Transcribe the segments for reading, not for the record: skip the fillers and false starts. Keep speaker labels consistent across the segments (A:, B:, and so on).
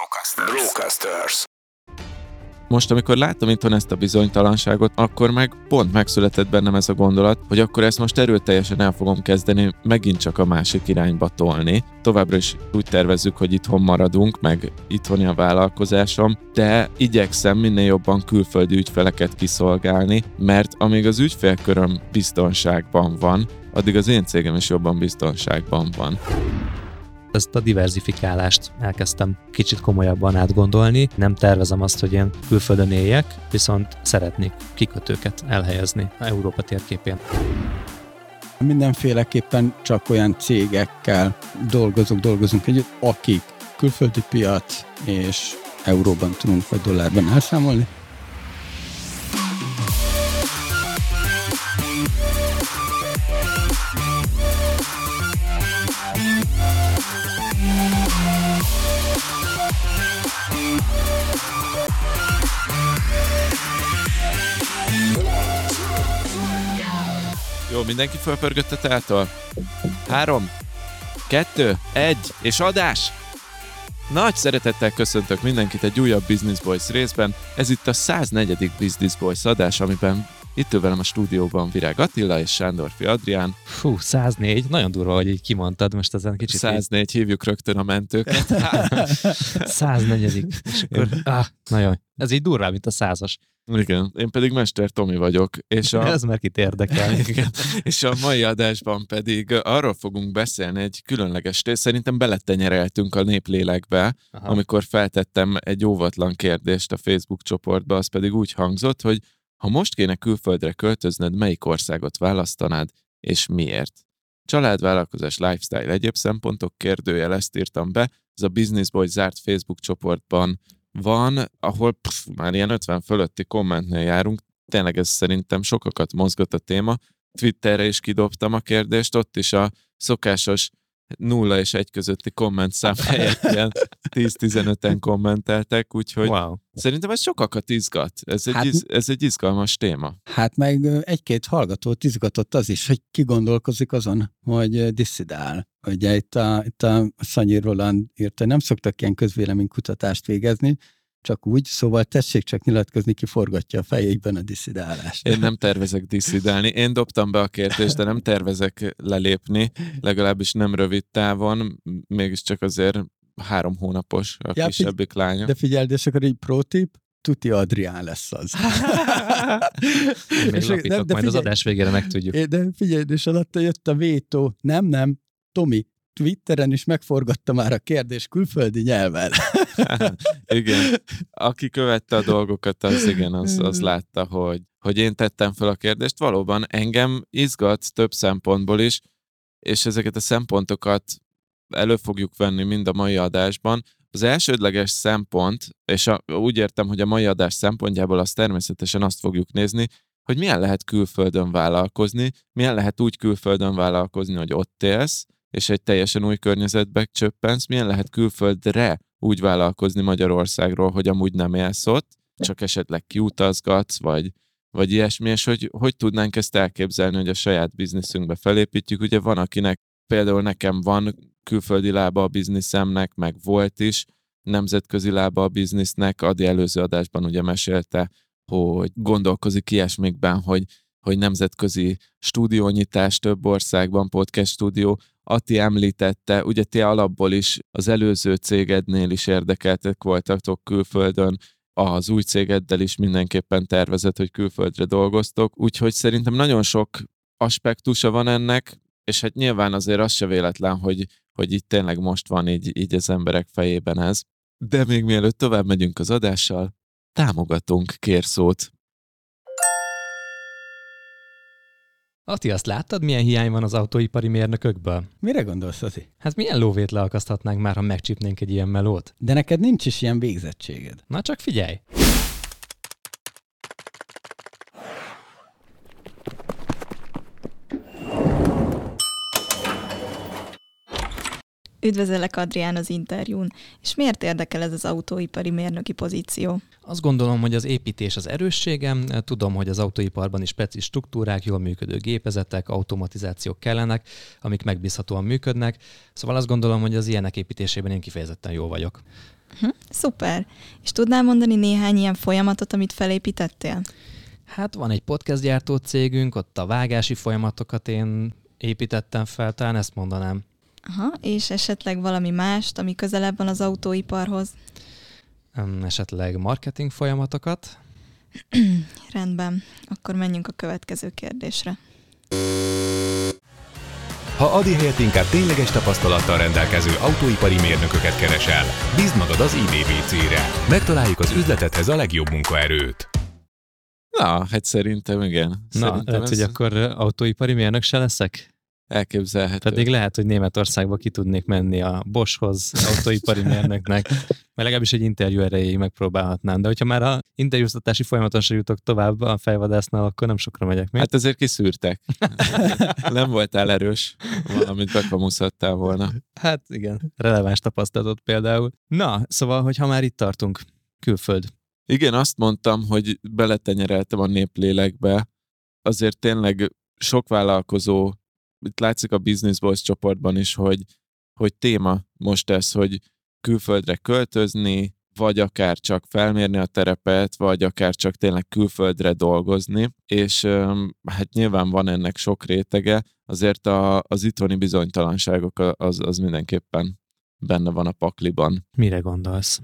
A: Brocasters.
B: Most, amikor látom itthon ezt a bizonytalanságot, akkor meg pont megszületett bennem ez a gondolat, hogy akkor ezt most erőteljesen el fogom kezdeni megint csak a másik irányba tolni. Továbbra is úgy tervezzük, hogy itthon maradunk, meg itthoni a vállalkozásom, de igyekszem minél jobban külföldi ügyfeleket kiszolgálni, mert amíg az ügyfélköröm biztonságban van, addig az én cégem is jobban biztonságban van.
C: Ezt a diverzifikálást elkezdtem kicsit komolyabban átgondolni. Nem tervezem azt, hogy én külföldön éljek, viszont szeretnék kikötőket elhelyezni Európa térképén.
D: Mindenféleképpen csak olyan cégekkel dolgozunk együtt, akik külföldi piac és euróban tudunk vagy dollárban elszámolni.
B: Jó, mindenki fölpörgött a táltól? 3, 2, 1, és adás! Nagy szeretettel köszöntök mindenkit egy újabb Business Boys részben. Ez itt a 104. Business Boys adás, amiben itt ül velem a stúdióban Virág Attila és Sándorfi Adrián.
C: 104, nagyon durva, hogy így kimondtad, most ezen kicsit...
B: 104, hívjuk rögtön a mentőket.
C: 104. És akkor, nagyon. Ez így durvább, mint a 100-as.
B: Igen, én pedig Mester Tomi vagyok. És
C: ez már kit érdekel.
B: Igen, és a mai adásban pedig arról fogunk beszélni egy különleges rész. Szerintem beletenyereltünk a néplélekbe, amikor feltettem egy óvatlan kérdést a Facebook csoportba, az pedig úgy hangzott, hogy ha most kéne külföldre költözned, melyik országot választanád, és miért? Családvállalkozás, lifestyle, egyéb szempontok, kérdőjel, ezt írtam be. Ez a Business Boys zárt Facebook csoportban van, ahol már ilyen 50 fölötti kommentnél járunk. Tényleg ez szerintem sokakat mozgat a téma. Twitterre is kidobtam a kérdést, ott is a szokásos 0 és 1 közötti kommentszám helyett ilyen 10-15-en kommenteltek, úgyhogy Szerintem ez sokakat izgat. Ez egy izgalmas téma.
D: Hát meg egy-két hallgatót izgatott az is, hogy ki gondolkozik azon, hogy disszidál. Ugye itt a Szanyi Roland írta, nem szoktak ilyen közvéleménykutatást végezni, csak úgy, szóval tessék csak nyilatkozni, ki forgatja a fejékben a disszidálást.
B: Én nem tervezek disszidálni. Én dobtam be a kérdést, de nem tervezek lelépni, legalábbis nem rövid távon, mégiscsak azért 3 hónapos a kisebbik lánya.
D: De figyeld, és akkor így pro tip, tuti Adrián lesz az.
C: Még lapítok, majd az adás végére megtudjuk.
D: De figyelj, és alatta jött a vétó. Nem, Tomi, Twitteren is megforgatta már a kérdés külföldi nyelven.
B: Igen. Aki követte a dolgokat, az látta, hogy én tettem fel a kérdést. Valóban engem izgat több szempontból is, és ezeket a szempontokat elő fogjuk venni mind a mai adásban. Az elsődleges szempont, és úgy értem, hogy a mai adás szempontjából azt természetesen azt fogjuk nézni, hogy milyen lehet külföldön vállalkozni, milyen lehet úgy külföldön vállalkozni, hogy ott élsz, és egy teljesen új környezetbe csöppensz, milyen lehet külföldre úgy vállalkozni Magyarországról, hogy amúgy nem élsz ott, csak esetleg kiutazgatsz, vagy ilyesmi, és hogy tudnánk ezt elképzelni, hogy a saját bizniszünkbe felépítjük. Ugye van, akinek például nekem van külföldi lába a bizniszemnek, meg volt is nemzetközi lába a biznisznek. Adi előző adásban ugye mesélte, hogy gondolkozik ilyesmikben, hogy nemzetközi stúdiónyitás több országban, podcast stúdió. Ati említette, ugye ti alapból is az előző cégednél is érdekeltek voltatok külföldön, az új cégeddel is mindenképpen tervezett, hogy külföldre dolgoztok, úgyhogy szerintem nagyon sok aspektusa van ennek, és hát nyilván azért az se véletlen, hogy itt tényleg most van így az emberek fejében ez. De még mielőtt tovább megyünk az adással, támogatunk, kér szót.
C: Ati, azt láttad, milyen hiány van az autóipari mérnökökből?
D: Mire gondolsz, Ati?
C: Hát milyen lóvét leakaszthatnánk már, ha megcsípnénk egy ilyen melót?
D: De neked nincs is ilyen végzettséged.
C: Na csak figyelj!
E: Üdvözöllek, Adrián, az interjún. És miért érdekel ez az autóipari mérnöki pozíció?
C: Azt gondolom, hogy az építés az erősségem, tudom, hogy az autóiparban is speciális struktúrák, jól működő gépezetek, automatizációk kellenek, amik megbízhatóan működnek, szóval azt gondolom, hogy az ilyenek építésében én kifejezetten jó vagyok.
E: Szuper. És tudnál mondani néhány ilyen folyamatot, amit felépítettél?
C: Hát van egy podcastgyártó cégünk, ott a vágási folyamatokat én építettem fel, talán ezt mondanám.
E: Aha, és esetleg valami mást, ami közelebb van az autóiparhoz?
C: Esetleg marketing folyamatokat.
E: Rendben, akkor menjünk a következő kérdésre.
A: Ha Adi helyett inkább tényleges tapasztalattal rendelkező autóipari mérnököket keresel, bízd magad az IBBC-re. Megtaláljuk az üzletedhez a legjobb munkaerőt.
B: Na, hát szerintem igen.
C: Lehet, hogy akkor autóipari mérnök se leszek?
B: Elképzelhető.
C: Pedig lehet, hogy Németországba ki tudnék menni a Boschhoz, autóipari mérnöknek, mert legalábbis egy interjú erejéig megpróbálhatnám. De hogyha már a interjúztatási folyamaton se jutok tovább a fejvadásznál, akkor nem sokra megyek még.
B: Hát azért kiszűrtek. Nem voltál erős, valamit bekamuszhattál volna.
C: Hát igen, releváns tapasztalatot például. Na, szóval, hogy ha már itt tartunk, külföld.
B: Igen, azt mondtam, hogy beletenyereltem a néplélekbe. Azért tényleg sok vállalkozó, itt látszik a Business Boys csoportban is, hogy téma most ez, hogy külföldre költözni, vagy akár csak felmérni a terepet, vagy akár csak tényleg külföldre dolgozni, és hát nyilván van ennek sok rétege, azért az itthoni bizonytalanságok az mindenképpen benne van a pakliban.
C: Mire gondolsz?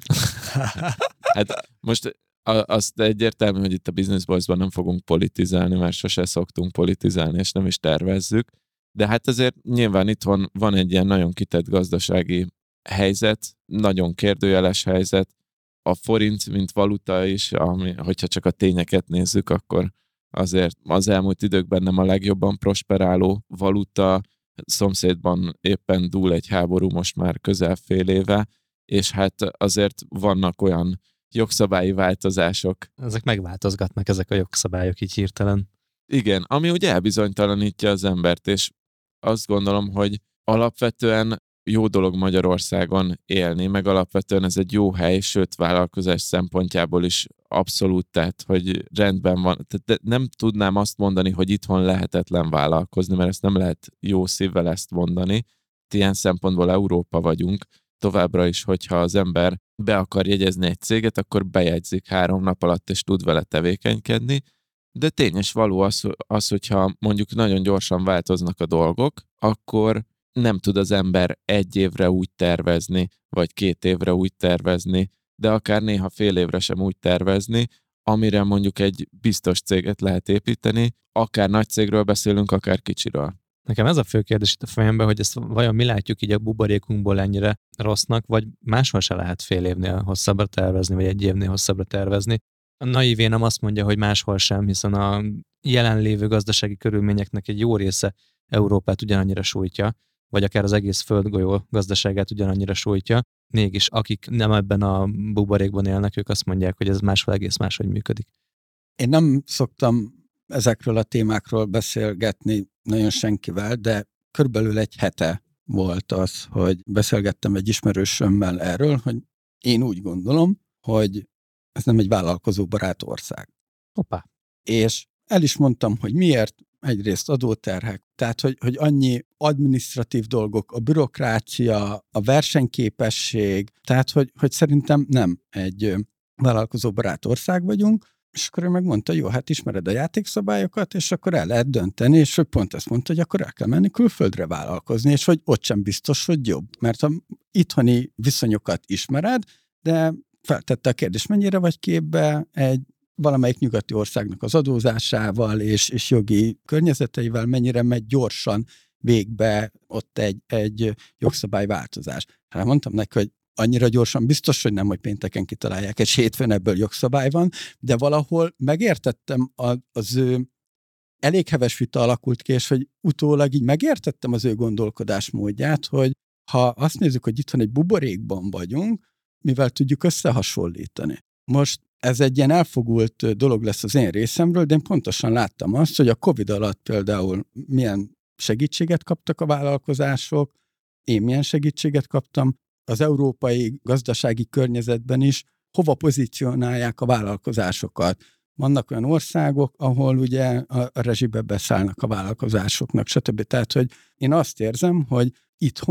B: Hát most azt egyértelmű, hogy itt a Business Boys-ban nem fogunk politizálni, mert sose szoktunk politizálni, és nem is tervezzük, de hát azért nyilván itthon van egy ilyen nagyon kitett gazdasági helyzet, nagyon kérdőjeles helyzet, a forint, mint valuta is, hogyha csak a tényeket nézzük, akkor azért az elmúlt időkben nem a legjobban prosperáló valuta, szomszédban éppen dúl egy háború most már közel fél éve, és hát azért vannak olyan jogszabályi változások.
C: Ezek megváltozgatnak, ezek a jogszabályok így hirtelen.
B: Igen, ami ugye elbizonytalanítja az embert, és azt gondolom, hogy alapvetően jó dolog Magyarországon élni, meg alapvetően ez egy jó hely, sőt vállalkozás szempontjából is abszolút, tehát hogy rendben van. Tehát nem tudnám azt mondani, hogy itthon lehetetlen vállalkozni, mert ezt nem lehet jó szívvel ezt mondani. Ilyen szempontból Európa vagyunk. Továbbra is, hogyha az ember be akar jegyezni egy céget, akkor bejegyzik 3 nap alatt, és tud vele tevékenykedni. De tényes való az, hogyha mondjuk nagyon gyorsan változnak a dolgok, akkor nem tud az ember 1 évre úgy tervezni, vagy 2 évre úgy tervezni, de akár néha fél évre sem úgy tervezni, amire mondjuk egy biztos céget lehet építeni, akár nagy cégről beszélünk, akár kicsiről.
C: Nekem ez a fő kérdés itt a fejemben, hogy ezt vajon mi látjuk így a buborékunkból ennyire rossznak, vagy máshol se lehet fél évnél hosszabbra tervezni, vagy 1 évnél hosszabbra tervezni. A naivé nem azt mondja, hogy máshol sem, hiszen a jelenlévő gazdasági körülményeknek egy jó része Európát ugyanannyira sújtja, vagy akár az egész földgolyó gazdaságát ugyanannyira sújtja. Mégis akik nem ebben a buborékban élnek, ők azt mondják, hogy ez máshol egész máshogy működik.
D: Én nem szoktam ezekről a témákról beszélgetni nagyon senkivel, de körülbelül 1 hete volt az, hogy beszélgettem egy ismerősömmel erről, hogy én úgy gondolom, hogy ez nem egy vállalkozóbarát ország.
C: Hoppá.
D: És el is mondtam, hogy miért. Egyrészt adóterhek, tehát hogy annyi adminisztratív dolgok, a bürokrácia, a versenyképesség, tehát hogy szerintem nem egy vállalkozóbarát ország vagyunk, és akkor ő megmondta, jó, hát ismered a játékszabályokat, és akkor el lehet dönteni, és hogy pont ezt mondta, hogy akkor el kell menni külföldre vállalkozni, és hogy ott sem biztos, hogy jobb. Mert a itthoni viszonyokat ismered, de feltette a kérdés, mennyire vagy képbe egy valamelyik nyugati országnak az adózásával és jogi környezeteivel, mennyire megy gyorsan végbe ott egy jogszabályváltozás. Hát mondtam neki, hogy annyira gyorsan biztos, hogy nem, hogy pénteken kitalálják, és hétfőn ebből jogszabály van, de valahol megértettem az ő elég heves vita alakult ki, és hogy utólag így megértettem az ő gondolkodásmódját, hogy ha azt nézzük, hogy itthon egy buborékban vagyunk, mivel tudjuk összehasonlítani. Most ez egy ilyen elfogult dolog lesz az én részemről, de én pontosan láttam azt, hogy a Covid alatt például milyen segítséget kaptak a vállalkozások, én milyen segítséget kaptam, az európai gazdasági környezetben is hova pozícionálják a vállalkozásokat. Vannak olyan országok, ahol ugye a rezsibe beszállnak a vállalkozásoknak, stb. Tehát, hogy én azt érzem, hogy itthon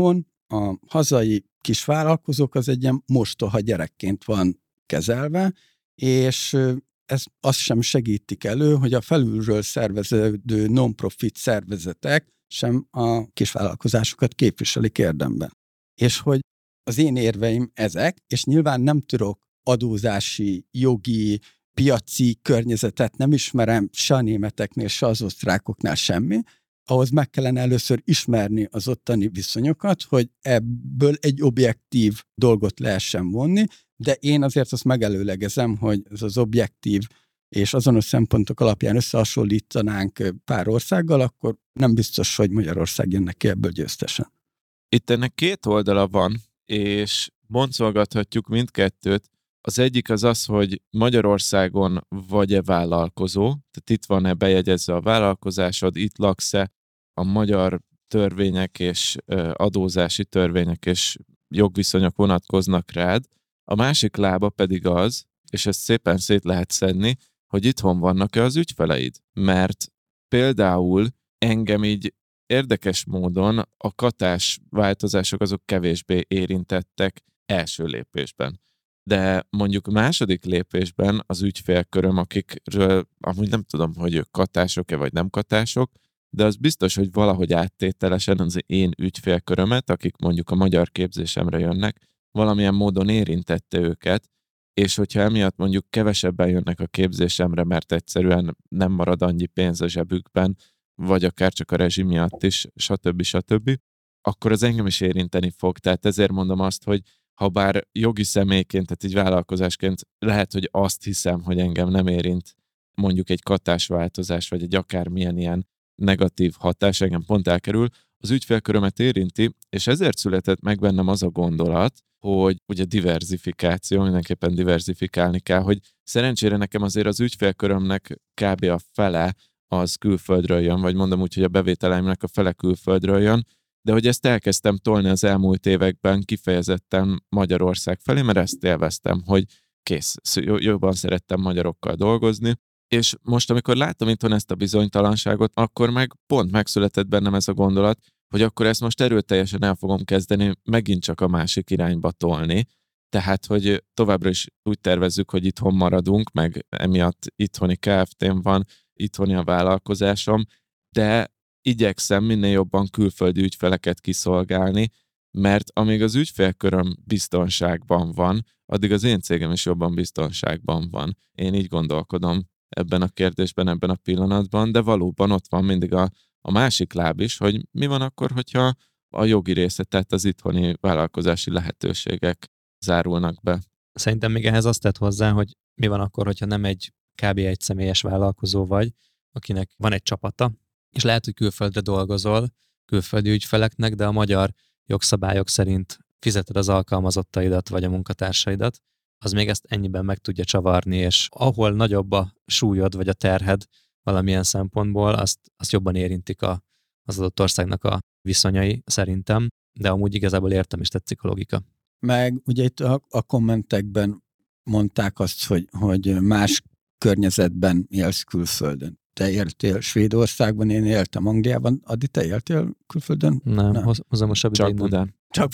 D: a hazai kisvállalkozók az egy ilyen mostoha gyerekként van kezelve, és ez azt sem segítik elő, hogy a felülről szerveződő non-profit szervezetek sem a kisvállalkozásokat képviselik érdemben. És hogy az én érveim ezek, és nyilván nem tudok adózási, jogi, piaci környezetet nem ismerem se a németeknél, se az osztrákoknál semmi, ahhoz meg kellene először ismerni az ottani viszonyokat, hogy ebből egy objektív dolgot lehessen vonni, de én azért azt megelőlegezem, hogy ez az objektív és azonos szempontok alapján összehasonlítanánk pár országgal, akkor nem biztos, hogy Magyarország jönne ki ebből győztesen.
B: Itt ennek két oldala van, és boncolgathatjuk mindkettőt. Az egyik az, hogy Magyarországon vagy-e vállalkozó, tehát itt van-e bejegyezve a vállalkozásod, itt laksz-e, a magyar törvények és adózási törvények és jogviszonyok vonatkoznak rád. A másik lába pedig az, és ezt szépen szét lehet szedni, hogy itthon vannak-e az ügyfeleid. Mert például engem így érdekes módon a katás változások azok kevésbé érintettek első lépésben. De mondjuk második lépésben az ügyfélköröm, akikről amúgy nem tudom, hogy ők katások-e vagy nem katások, de az biztos, hogy valahogy áttételesen az én ügyfélkörömet, akik mondjuk a magyar képzésemre jönnek, valamilyen módon érintette őket, és hogyha emiatt mondjuk kevesebben jönnek a képzésemre, mert egyszerűen nem marad annyi pénz a zsebükben, vagy akár csak a rezsi miatt is, stb., akkor az engem is érinteni fog. Tehát ezért mondom azt, hogy ha bár jogi személyként, tehát így vállalkozásként lehet, hogy azt hiszem, hogy engem nem érint mondjuk egy katásváltozás, vagy egy akármilyen ilyen negatív hatás, engem pont elkerül, az ügyfélkörömet érinti, és ezért született meg bennem az a gondolat, hogy ugye diverzifikáció, mindenképpen diverzifikálni kell, hogy szerencsére nekem azért az ügyfélkörömnek kb. A fele az külföldről jön, vagy mondom úgy, hogy a bevételeimnek a fele külföldről jön, de hogy ezt elkezdtem tolni az elmúlt években kifejezetten Magyarország felé, mert ezt élveztem, hogy kész, jobban szerettem magyarokkal dolgozni, és most, amikor láttam itthon ezt a bizonytalanságot, akkor meg pont megszületett bennem ez a gondolat, hogy akkor ezt most erőteljesen el fogom kezdeni megint csak a másik irányba tolni, tehát, hogy továbbra is úgy tervezzük, hogy itthon maradunk, meg emiatt itthoni Kft-m van, itthoni a vállalkozásom, de igyekszem minél jobban külföldi ügyfeleket kiszolgálni, mert amíg az ügyfélköröm biztonságban van, addig az én cégem is jobban biztonságban van. Én így gondolkodom ebben a kérdésben, ebben a pillanatban, de valóban ott van mindig a másik láb is, hogy mi van akkor, hogyha a jogi része, tehát az itthoni vállalkozási lehetőségek zárulnak be.
C: Szerintem még ehhez azt tett hozzá, hogy mi van akkor, hogyha nem egy kb. Egy személyes vállalkozó vagy, akinek van egy csapata, és lehet, hogy külföldre dolgozol, külföldi ügyfeleknek, de a magyar jogszabályok szerint fizeted az alkalmazottaidat vagy a munkatársaidat, az még ezt ennyiben meg tudja csavarni, és ahol nagyobb a súlyod vagy a terhed valamilyen szempontból, azt jobban érintik az adott országnak a viszonyai szerintem, de amúgy igazából értem és tetszik a logika.
D: Meg ugye itt a kommentekben mondták azt, hogy más környezetben élsz külföldön. Te éltél Svédországban, én éltem Angliában. Adi, te éltél külföldön?
C: Nem. Hozamosabb
B: Csak
C: idején
B: Budán.
D: Csak...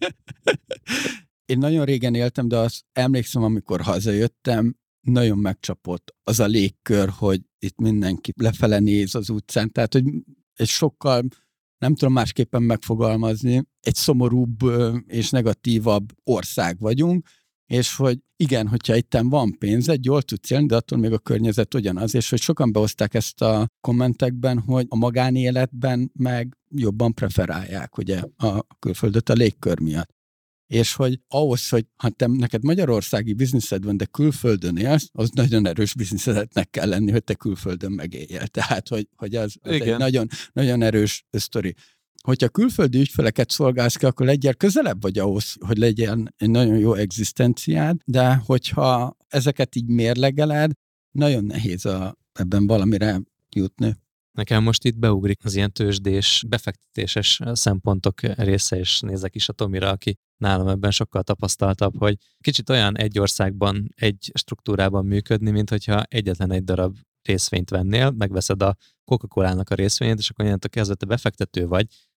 D: Én nagyon régen éltem, de azt emlékszem, amikor hazajöttem, nagyon megcsapott az a légkör, hogy itt mindenki lefele néz az utcán, tehát, hogy egy sokkal, nem tudom másképpen megfogalmazni, egy szomorúbb és negatívabb ország vagyunk, és hogy igen, hogyha itten van pénzed, jól tudsz élni, de attól még a környezet ugyanaz, és hogy sokan behozták ezt a kommentekben, hogy a magánéletben meg jobban preferálják ugye a külföldöt a légkör miatt. És hogy ahhoz, hogy ha te neked magyarországi bizniszed van, de külföldön élsz, az nagyon erős bizniszednek kell lenni, hogy te külföldön megéljél. Tehát, hogy az egy nagyon, nagyon erős sztori. Hogyha külföldi ügyfeleket szolgálsz ki, akkor legyél közelebb vagy ahhoz, hogy legyen egy nagyon jó egzisztenciád, de hogyha ezeket így mérlegeled, nagyon nehéz ebben valamire jutni.
C: Nekem most itt beugrik az ilyen tőzsdés, befektetéses szempontok része, és nézek is a Tomira, aki nálam ebben sokkal tapasztaltabb, hogy kicsit olyan egy országban, egy struktúrában működni, mint hogyha egyetlen egy darab részvényt vennél, megveszed a Coca-Colának a részvényét, és akkor innentől kezdve te befektető vagy,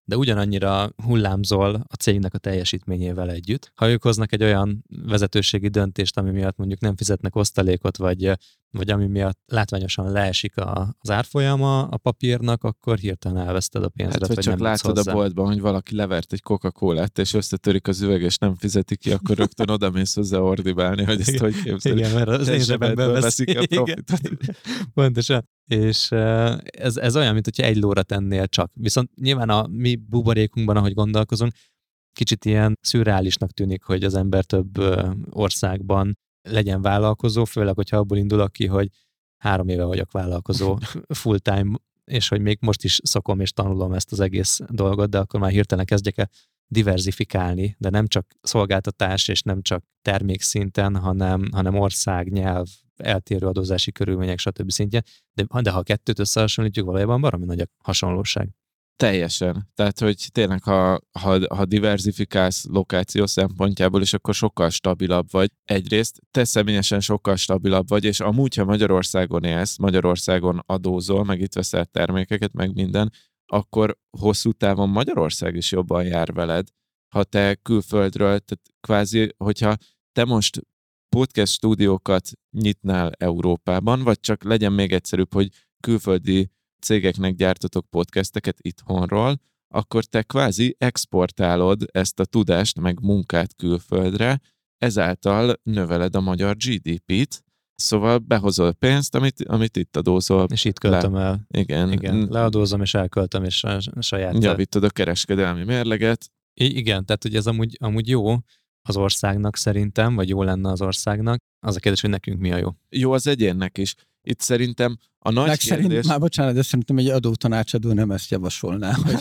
C: de ugyanannyira hullámzol a cégnek a teljesítményével együtt. Ha ők hoznak egy olyan vezetőségi döntést, ami miatt mondjuk nem fizetnek osztalékot, vagy ami miatt látványosan leesik az árfolyama a papírnak, akkor hirtelen elveszted a pénzed,
B: Hát, hogy csak
C: nem
B: látod a boltban, hogy valaki levert egy Coca-Colát, és összetörik az üveg, és nem fizeti ki, akkor rögtön odamész hozzá ordibálni, hogy ezt hogy képzelik.
C: Igen, mert az én zsebemből veszik
B: a profitot.
C: Pontosan. És ez olyan, mint hogyha egy lóra tennél csak. Viszont nyilván a mi buborékunkban, ahogy gondolkozunk, kicsit ilyen szürreálisnak tűnik, hogy az ember több országban legyen vállalkozó, főleg, hogyha abból indulok ki, hogy 3 éve vagyok vállalkozó full time, és hogy még most is szokom és tanulom ezt az egész dolgot, de akkor már hirtelen kezdjek el diverzifikálni, de nem csak szolgáltatás és nem csak termékszinten, hanem ország, nyelv, eltérő adózási körülmények, stb. Szintjén. De ha a kettőt összehasonlítjuk, valójában baromi nagy a hasonlóság.
B: Teljesen. Tehát, hogy tényleg, ha diverzifikálsz lokáció szempontjából, és akkor sokkal stabilabb vagy. Egyrészt te személyesen sokkal stabilabb vagy, és amúgy, ha Magyarországon élsz, Magyarországon adózol, meg itt veszel termékeket, meg minden, akkor hosszú távon Magyarország is jobban jár veled. Ha te külföldről, tehát kvázi, hogyha te most podcast stúdiókat nyitnál Európában, vagy csak legyen még egyszerűbb, hogy külföldi cégeknek gyártotok podcasteket itthonról, akkor te kvázi exportálod ezt a tudást, meg munkát külföldre, ezáltal növeled a magyar GDP-t, szóval behozol pénzt, amit itt adózol.
C: És itt költöm el.
B: Igen.
C: Leadózom és elköltöm, és a saját...
B: Javítod a kereskedelmi mérleget.
C: Igen, tehát hogy ez amúgy jó az országnak szerintem, vagy jó lenne az országnak. Az a kérdés, hogy nekünk mi a jó.
B: Jó az egyénnek is. Itt szerintem a nagy kérdés...
D: Már bocsánat, de szerintem egy adótanácsadó nem ezt javasolná, hogy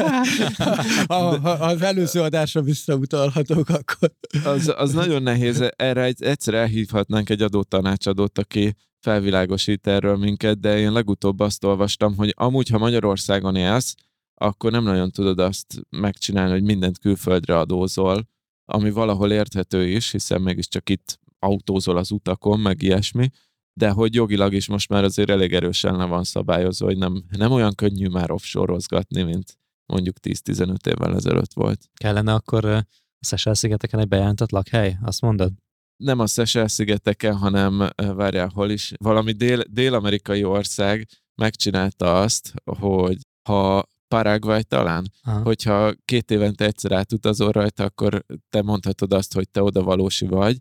D: ha az előző adásra visszautalhatok, akkor...
B: Az nagyon nehéz. Erre egyszer elhívhatnánk egy adótanácsadót, aki felvilágosít erről minket, de én legutóbb azt olvastam, hogy amúgy, ha Magyarországon élsz, akkor nem nagyon tudod azt megcsinálni, hogy mindent külföldre adózol, ami valahol érthető is, hiszen mégiscsak itt autózol az utakon, meg ilyesmi, de hogy jogilag is most már azért elég erősen le van szabályozva, hogy nem olyan könnyű már offshore-ozgatni, mint mondjuk 10-15 évvel ezelőtt volt.
C: Kellene akkor a Seychelles-szigeteken egy bejelentett lakhely? Azt mondod?
B: Nem a Seychelles-szigeteken, hanem várjál, hol is. Valami dél-amerikai ország megcsinálta azt, hogy ha Paraguay talán, hogyha 2 évente egyszer átutazol rajta, akkor te mondhatod azt, hogy te odavalósi vagy.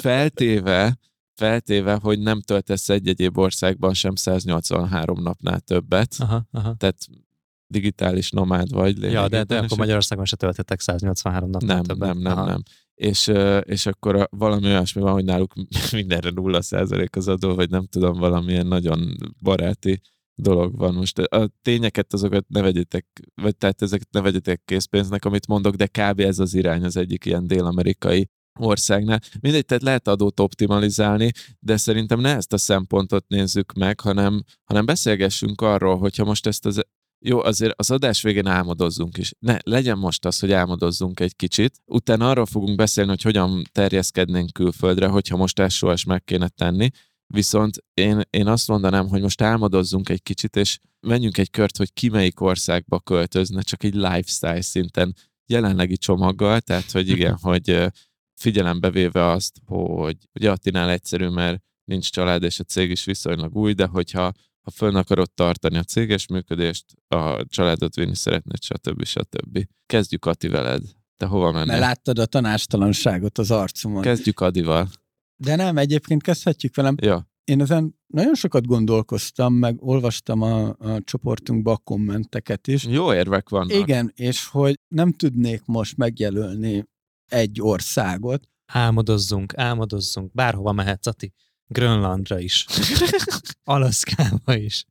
B: Feltéve, hogy nem töltesz egy egyéb országban sem 183 napnál többet. Aha. Tehát digitális nomád vagy.
C: Ja, de akkor Magyarországon se töltetek 183 napnál többet.
B: Nem. És akkor valami olyasmi van, hogy náluk mindenre 0% az adó, vagy nem tudom, valamilyen nagyon baráti dolog van. Most a tényeket azokat ne vegyetek, vagy tehát ezeket ne vegyetek készpénznek, amit mondok, de kb. Ez az irány az egyik ilyen dél-amerikai országnál. Mindegy, tehát lehet adót optimalizálni, de szerintem ne ezt a szempontot nézzük meg, hanem beszélgessünk arról, hogyha most ezt jó, azért az adás végén álmodozzunk is. Ne, legyen most az, hogy álmodozzunk egy kicsit. Utána arról fogunk beszélni, hogy hogyan terjeszkednénk külföldre, hogyha most SOS meg kéne tenni. Viszont én azt mondanám, hogy most álmodozzunk egy kicsit, és menjünk egy kört, hogy ki melyik országba költözne, csak egy lifestyle szinten, jelenlegi csomaggal, tehát hogy igen, hogy figyelembe véve azt, hogy ugye Attinál egyszerű, mert nincs család, és a cég is viszonylag új, de hogyha fönn akarod tartani a céges működést, a családot vinni szeretnéd, stb. Kezdjük Atti veled. Te hova mennél?
D: Mert láttad a tanástalanságot az arcomon.
B: Kezdjük Adival.
D: De nem, egyébként kezdhetjük velem.
B: Ja.
D: Én ezen nagyon sokat gondolkoztam, meg olvastam a csoportunkba a kommenteket is.
B: Jó érvek vannak.
D: Igen, és hogy nem tudnék most megjelölni egy országot.
C: Álmodozzunk, bárhova mehetsz, Ati. Grönlandra is. Alaszkába is.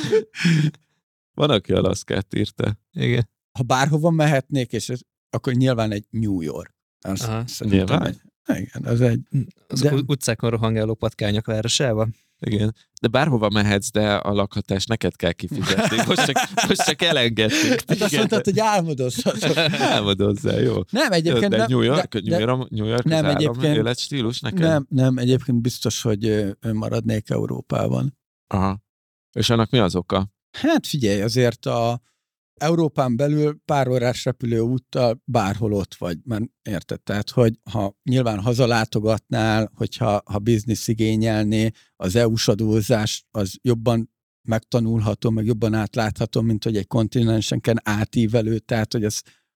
B: Van, aki Alaszkát írta.
C: Igen.
D: Ha bárhova mehetnék, akkor nyilván egy New York.
B: Nyilván?
D: Igen, az
C: utcákon rohangáló patkányok városába.
B: Igen. De bárhova mehetsz, de a lakhatást neked kell kifizetni. Most csak elengedték.
D: Hát azt mondtad, hogy álmodozhatod.
B: Álmodozzál, jó.
D: Nem, egyébként
B: de
D: nem.
B: New York
D: nem,
B: az
D: egyébként,
B: életstílus neked?
D: Nem, egyébként biztos, hogy maradnék Európában.
B: Aha. És annak mi az oka?
D: Hát figyelj, azért a Európán belül pár órás repülőúttal bárhol ott vagy, mert érted? Tehát, hogy ha nyilván hazalátogatnál, hogyha biznisz igényelné, az EU-s adózás az jobban megtanulható, meg jobban átlátható, mint hogy egy kontinensenken átívelő, tehát, hogy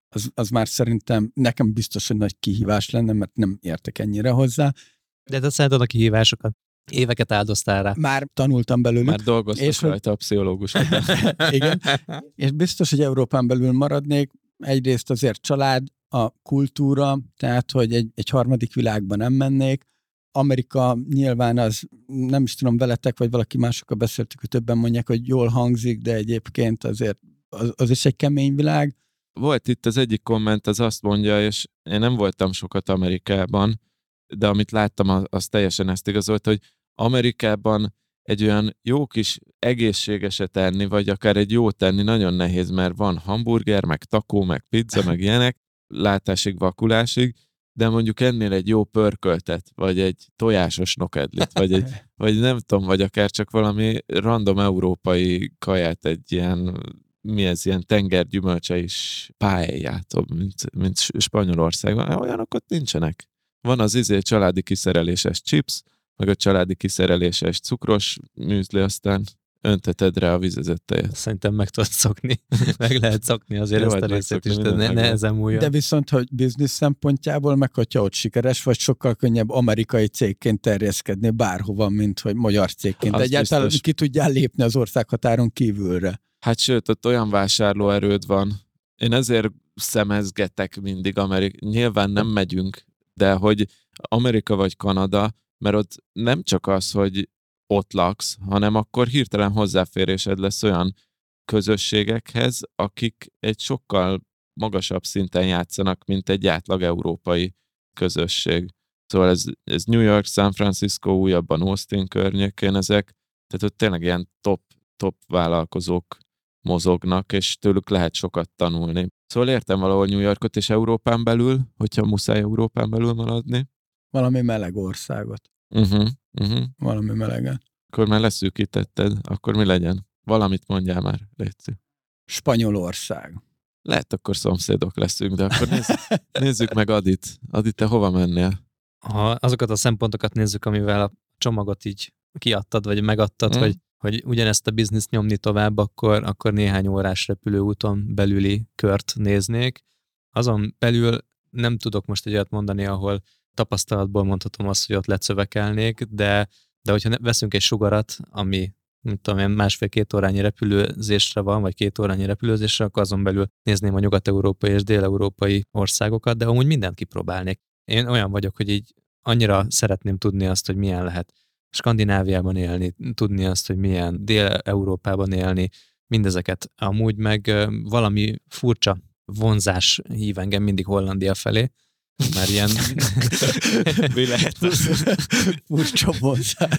D: az már szerintem nekem biztos, hogy nagy kihívás lenne, mert nem értek ennyire hozzá.
C: De te szereted a kihívásokat. Éveket áldoztál rá.
D: Már tanultam belőlük.
B: Már dolgoztak rajta a pszichológusok.
D: Igen. És biztos, hogy Európán belül maradnék. Egyrészt azért család, a kultúra, tehát, hogy egy harmadik világban nem mennék. Amerika nyilván az, nem is tudom, veletek, vagy valaki másokkal beszéltük, hogy többen mondják, hogy jól hangzik, de egyébként azért az is egy kemény világ.
B: Volt itt az egyik komment, az azt mondja, és én nem voltam sokat Amerikában, de amit láttam, az teljesen ezt igazolt, hogy Amerikában egy olyan jó kis egészségeset enni, vagy akár egy jót tenni nagyon nehéz, mert van hamburger, meg takó, meg pizza, meg ilyenek, látásig, vakulásig, de mondjuk ennél egy jó pörköltet, vagy egy tojásos nokedlit, vagy nem tudom, vagy akár csak valami random európai kaját, egy ilyen, mi ez, ilyen tengergyümölcse is pályáját, mint Spanyolországban. Olyanok ott nincsenek. Van az családi kiszereléses chips, meg a családi kiszereléses cukros műzli, aztán önteted rá a vizezett tejet.
C: Szerintem meg tudod szokni. Meg lehet szokni azért ezt a részét is, de nehezen múlja.
D: De viszont, hogy biznisz szempontjából, meg hogyha ott sikeres vagy, sokkal könnyebb amerikai cégként terjeszkedni bárhova, mint hogy magyar cégként.
B: Az
D: egyáltalán
B: biztos.
D: ki tudjál lépni az országhatáron kívülre.
B: Hát sőt, ott olyan vásárlóerőd van. Én ezért szemezgetek mindig Nyilván nem megyünk, de hogy Amerika vagy Kanada, mert ott nem csak az, hogy ott laksz, hanem akkor hirtelen hozzáférésed lesz olyan közösségekhez, akik egy sokkal magasabb szinten játszanak, mint egy átlag európai közösség. Szóval ez New York, San Francisco, újabban Austin környékén ezek, tehát ott tényleg ilyen top vállalkozók mozognak, és tőlük lehet sokat tanulni. Szóval értem valahol New Yorkot és Európán belül, hogyha muszáj Európán belül maradni.
D: Valami meleg országot. Valami meleget.
B: Akkor már leszűkítetted, akkor mi legyen? Valamit mondjál már, létszik.
D: Spanyolország.
B: Lehet, akkor szomszédok leszünk, de akkor nézzük meg Adit. Adi, te hova mennél?
C: Ha azokat a szempontokat nézzük, amivel a csomagot így kiadtad, vagy megadtad, hogy ugyanezt a bizniszt nyomni tovább, akkor néhány órás repülőúton belüli kört néznék. Azon belül nem tudok most egy olyat mondani, ahol tapasztalatból mondhatom azt, hogy ott lecövekelnék, de hogyha veszünk egy sugarat, ami nem tudom én, 1,5-2 órányi repülőzésre van, vagy 2 órányi repülőzésre, akkor azon belül nézném a nyugat-európai és dél-európai országokat, de amúgy mindent kipróbálnék. Én olyan vagyok, hogy így annyira szeretném tudni azt, hogy milyen lehet Skandináviában élni, tudni azt, hogy milyen Dél-Európában élni, mindezeket. Amúgy meg valami furcsa vonzás hív engem mindig Hollandia felé, már ilyen...
B: Mi lehet?
D: Furcsa vonzás.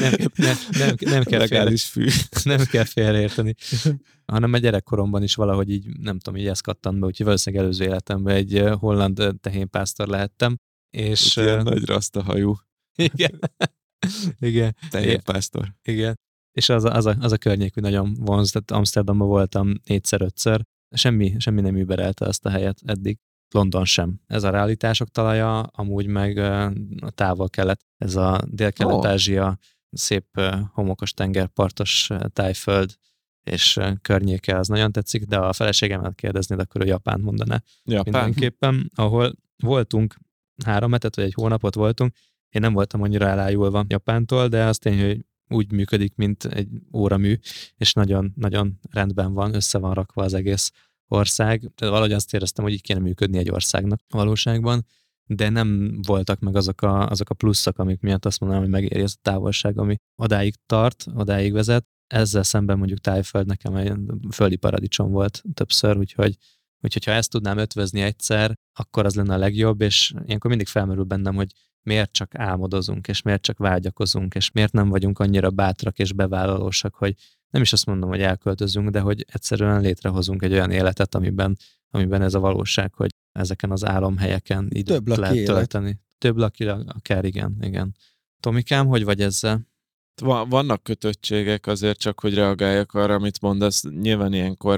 C: Nem kell félreérteni. Hanem a gyerekkoromban is valahogy így, nem tudom, így ezt kattant be, úgyhogy valószínűleg előző életemben egy holland tehénpásztor lehettem. És
B: ilyen nagy rasztahajú.
C: Igen. Igen.
B: Tehénpásztor.
C: Igen. És az a környék, hogy nagyon vonz, tehát Amsterdamban voltam 4-5-ször. Semmi nem überelte azt a helyet eddig. London sem. Ez a realitások talaja, amúgy meg a távol-kelet. Ez a Dél-Kelet-Ázsia, szép homokos tengerpartos tájföld és környéke, az nagyon tetszik, de a feleségemet kérdeznéd, akkor ő Japánt mondaná. Mindenképpen, ahol voltunk 3 hetet, vagy 1 hónapot voltunk, én nem voltam annyira elájulva Japántól, de az tény, hogy úgy működik, mint egy óramű, és nagyon-nagyon rendben van, össze van rakva az egész ország. Tehát valahogy azt éreztem, hogy így kéne működni egy országnak valóságban, de nem voltak meg azok a pluszok, amik miatt azt mondanám, hogy megéri ez a távolság, ami odáig tart, odáig vezet. Ezzel szemben mondjuk Tájföld nekem egy földi paradicsom volt többször, úgyhogy ha ezt tudnám ötvözni egyszer, akkor az lenne a legjobb, és ilyenkor mindig felmerül bennem, hogy miért csak álmodozunk, és miért csak vágyakozunk, és miért nem vagyunk annyira bátrak és bevállalósak, hogy nem is azt mondom, hogy elköltözünk, de hogy egyszerűen létrehozunk egy olyan életet, amiben ez a valóság, hogy ezeken az álomhelyeken időt lehet tölteni. Több laki, akár igen. Tomikám, hogy vagy ezzel?
B: Vannak kötöttségek azért csak, hogy reagáljak arra, amit mondasz. Nyilván ilyenkor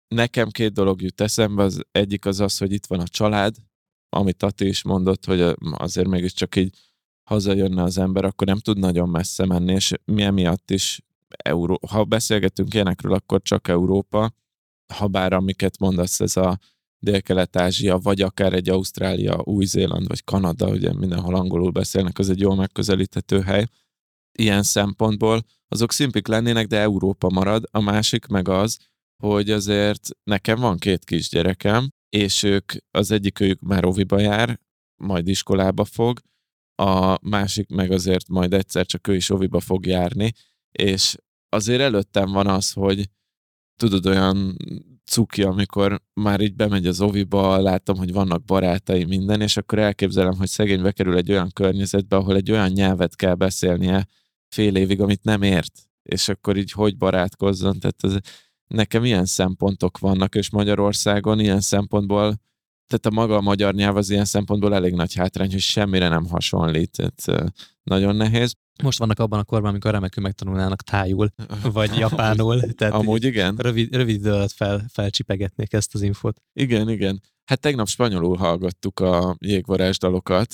B: nekem 2 dolog jut eszembe, az egyik az, hogy itt van a család, amit Ati is mondott, hogy azért mégiscsak így hazajönne az ember, akkor nem tud nagyon messze menni, és mi emiatt is ha beszélgetünk ilyenekről, akkor csak Európa, habár amiket mondasz, ez a Dél-Kelet-Ázsia, vagy akár egy Ausztrália, Új-Zéland, vagy Kanada, ugye mindenhol angolul beszélnek, az egy jól megközelíthető hely. Ilyen szempontból azok szimpik lennének, de Európa marad. A másik meg az, hogy azért nekem van 2 kisgyerekem, és az egyikük már óviba jár, majd iskolába fog, a másik meg azért majd egyszer csak ő is óviba fog járni, és azért előttem van az, hogy tudod, olyan cuki, amikor már így bemegy az óviba, látom, hogy vannak barátai, minden, és akkor elképzelem, hogy szegény bekerül egy olyan környezetbe, ahol egy olyan nyelvet kell beszélnie fél évig, amit nem ért, és akkor így hogy barátkozzon, tehát nekem ilyen szempontok vannak, és Magyarországon ilyen szempontból, tehát a maga a magyar nyelv az ilyen szempontból elég nagy hátrány, hogy semmire nem hasonlít, tehát nagyon nehéz.
C: Most vannak abban a korban, amikor remekül megtanulnának tájul, vagy japánul. Tehát
B: amúgy igen.
C: Rövid idő alatt felcsipegetnék ezt az infót.
B: Igen. Hát tegnap spanyolul hallgattuk a jégvarázs dalokat.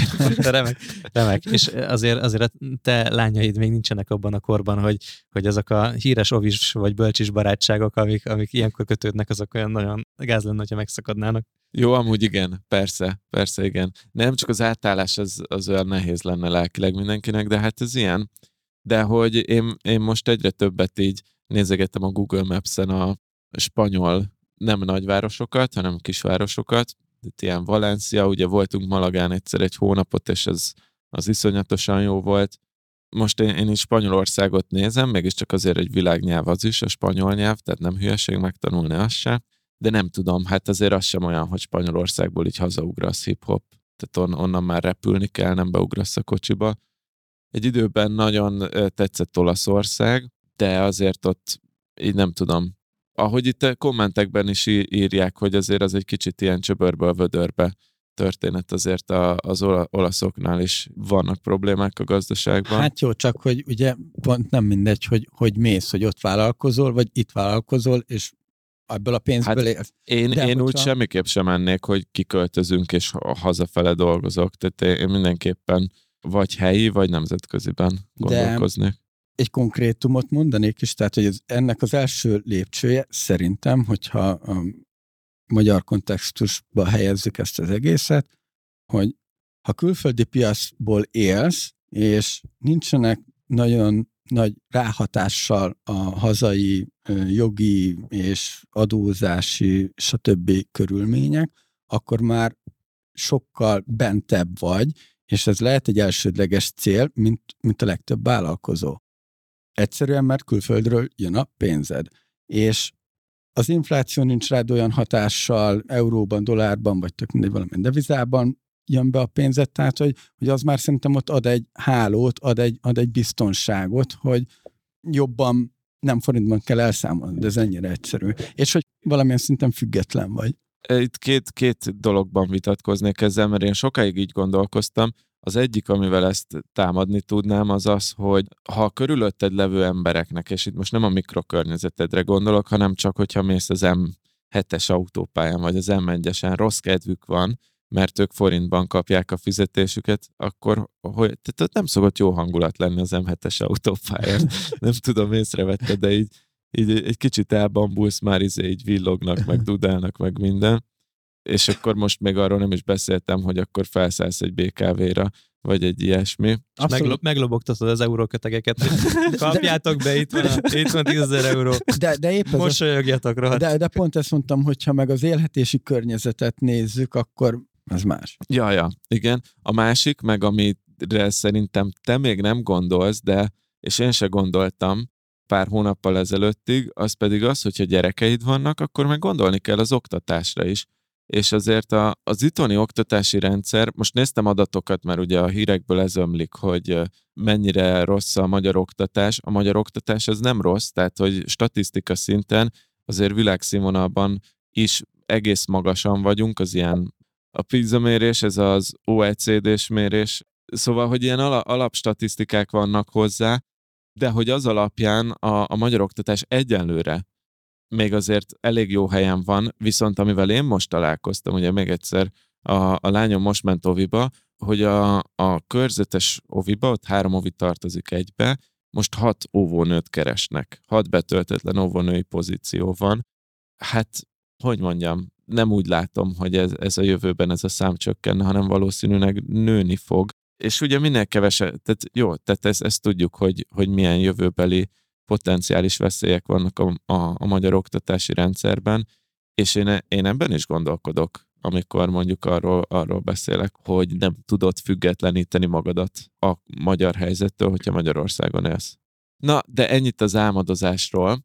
C: Remek. És azért te lányaid még nincsenek abban a korban, hogy azok a híres ovis vagy bölcsis barátságok, amik ilyenkor kötődnek, azok olyan nagyon gáz lenne, hogyha megszakadnának.
B: Jó, amúgy igen, persze igen. Nem csak az átállás az olyan nehéz lenne lelkileg mindenkinek, de hát ez ilyen. De hogy én most egyre többet így nézegettem a Google Maps-en a spanyol nem nagyvárosokat, hanem kisvárosokat. Itt ilyen Valencia, ugye voltunk Malagán egyszer egy hónapot, és az iszonyatosan jó volt. Most én is Spanyolországot nézem, mégiscsak azért egy világnyelv az is, a spanyol nyelv, tehát nem hülyeség megtanulni azt se. De nem tudom, hát azért az sem olyan, hogy Spanyolországból így hazaugrasz hip-hop, tehát onnan már repülni kell, nem beugrasz a kocsiba. Egy időben nagyon tetszett Olaszország, de azért ott így nem tudom. Ahogy itt a kommentekben is írják, hogy azért az egy kicsit ilyen csöbörből vödörbe történet, azért az olaszoknál is vannak problémák a gazdaságban.
D: Hát jó, csak hogy ugye pont nem mindegy, hogy mész, hogy ott vállalkozol, vagy itt vállalkozol, és ebből a pénzből élsz.
B: Én úgy semmiképp sem mennék, hogy kiköltözünk és hazafele dolgozok. Tehát én mindenképpen vagy helyi, vagy nemzetköziben gondolkoznék.
D: Egy konkrétumot mondanék is, tehát hogy ennek az első lépcsője szerintem, hogyha a magyar kontextusba helyezzük ezt az egészet, hogy ha külföldi piacból élsz, és nincsenek nagyon nagy ráhatással a hazai jogi és adózási stb. Körülmények, akkor már sokkal bentebb vagy, és ez lehet egy elsődleges cél, mint a legtöbb vállalkozó. Egyszerűen, mert külföldről jön a pénzed. És az infláció nincs rád olyan hatással, euróban, dollárban, vagy tök mindegy valamilyen devizában jön be a pénzed, tehát hogy az már szerintem ott ad egy hálót, ad egy biztonságot, hogy jobban nem forintban kell elszámolni, de ez ennyire egyszerű. És hogy valamilyen szinten független vagy.
B: Itt két dologban vitatkoznék ezzel, mert én sokáig így gondolkoztam. Az egyik, amivel ezt támadni tudnám, az az, hogy ha a körülötted levő embereknek, és itt most nem a mikrokörnyezetedre gondolok, hanem csak, hogyha mész az M7-es autópályán, vagy az M1-esen rossz kedvük van, mert ők forintban kapják a fizetésüket, akkor tehát nem szokott jó hangulat lenni az M7-es autópályán. Nem tudom, észrevetted, de így egy kicsit elbambulsz, már így villognak, meg dudálnak, meg minden. És akkor most még arról nem is beszéltem, hogy akkor felszállsz egy BKV-ra, vagy egy ilyesmi.
C: Meglobogtatod az eurókötegeket, kapjátok be, itt van 10 000 euró.
D: De épp
C: mosolyogjatok rohadt.
D: De pont ezt mondtam, hogyha meg az élhetési környezetet nézzük, akkor ez más.
B: Ja, igen. A másik, meg amire szerintem te még nem gondolsz, és én se gondoltam pár hónappal ezelőttig, az pedig az, hogyha gyerekeid vannak, akkor meg gondolni kell az oktatásra is. És azért az itthoni oktatási rendszer, most néztem adatokat, mert ugye a hírekből ez ömlik, hogy mennyire rossz a magyar oktatás. A magyar oktatás az nem rossz, tehát hogy statisztika szinten azért világszínvonalban is egész magasan vagyunk, az ilyen a PISA mérés, ez az OECD-s mérés, szóval, hogy ilyen alapstatisztikák vannak hozzá, de hogy az alapján a magyar oktatás egyenlőre még azért elég jó helyen van, viszont amivel én most találkoztam, ugye még egyszer, a lányom most ment oviba, hogy a körzetes oviba, ott 3 ovi tartozik egybe, most 6 óvónőt keresnek. 6 betöltetlen óvónői pozíció van. Hát, hogy mondjam, nem úgy látom, hogy ez a jövőben ez a szám csökkenne, hanem valószínűleg nőni fog. És ugye minél kevesebb, tehát ezt tudjuk, hogy milyen jövőbeli potenciális veszélyek vannak a magyar oktatási rendszerben, és én ebben is gondolkodok, amikor mondjuk arról beszélek, hogy nem tudod függetleníteni magadat a magyar helyzettől, hogyha Magyarországon élsz. Na, de ennyit az álmodozásról.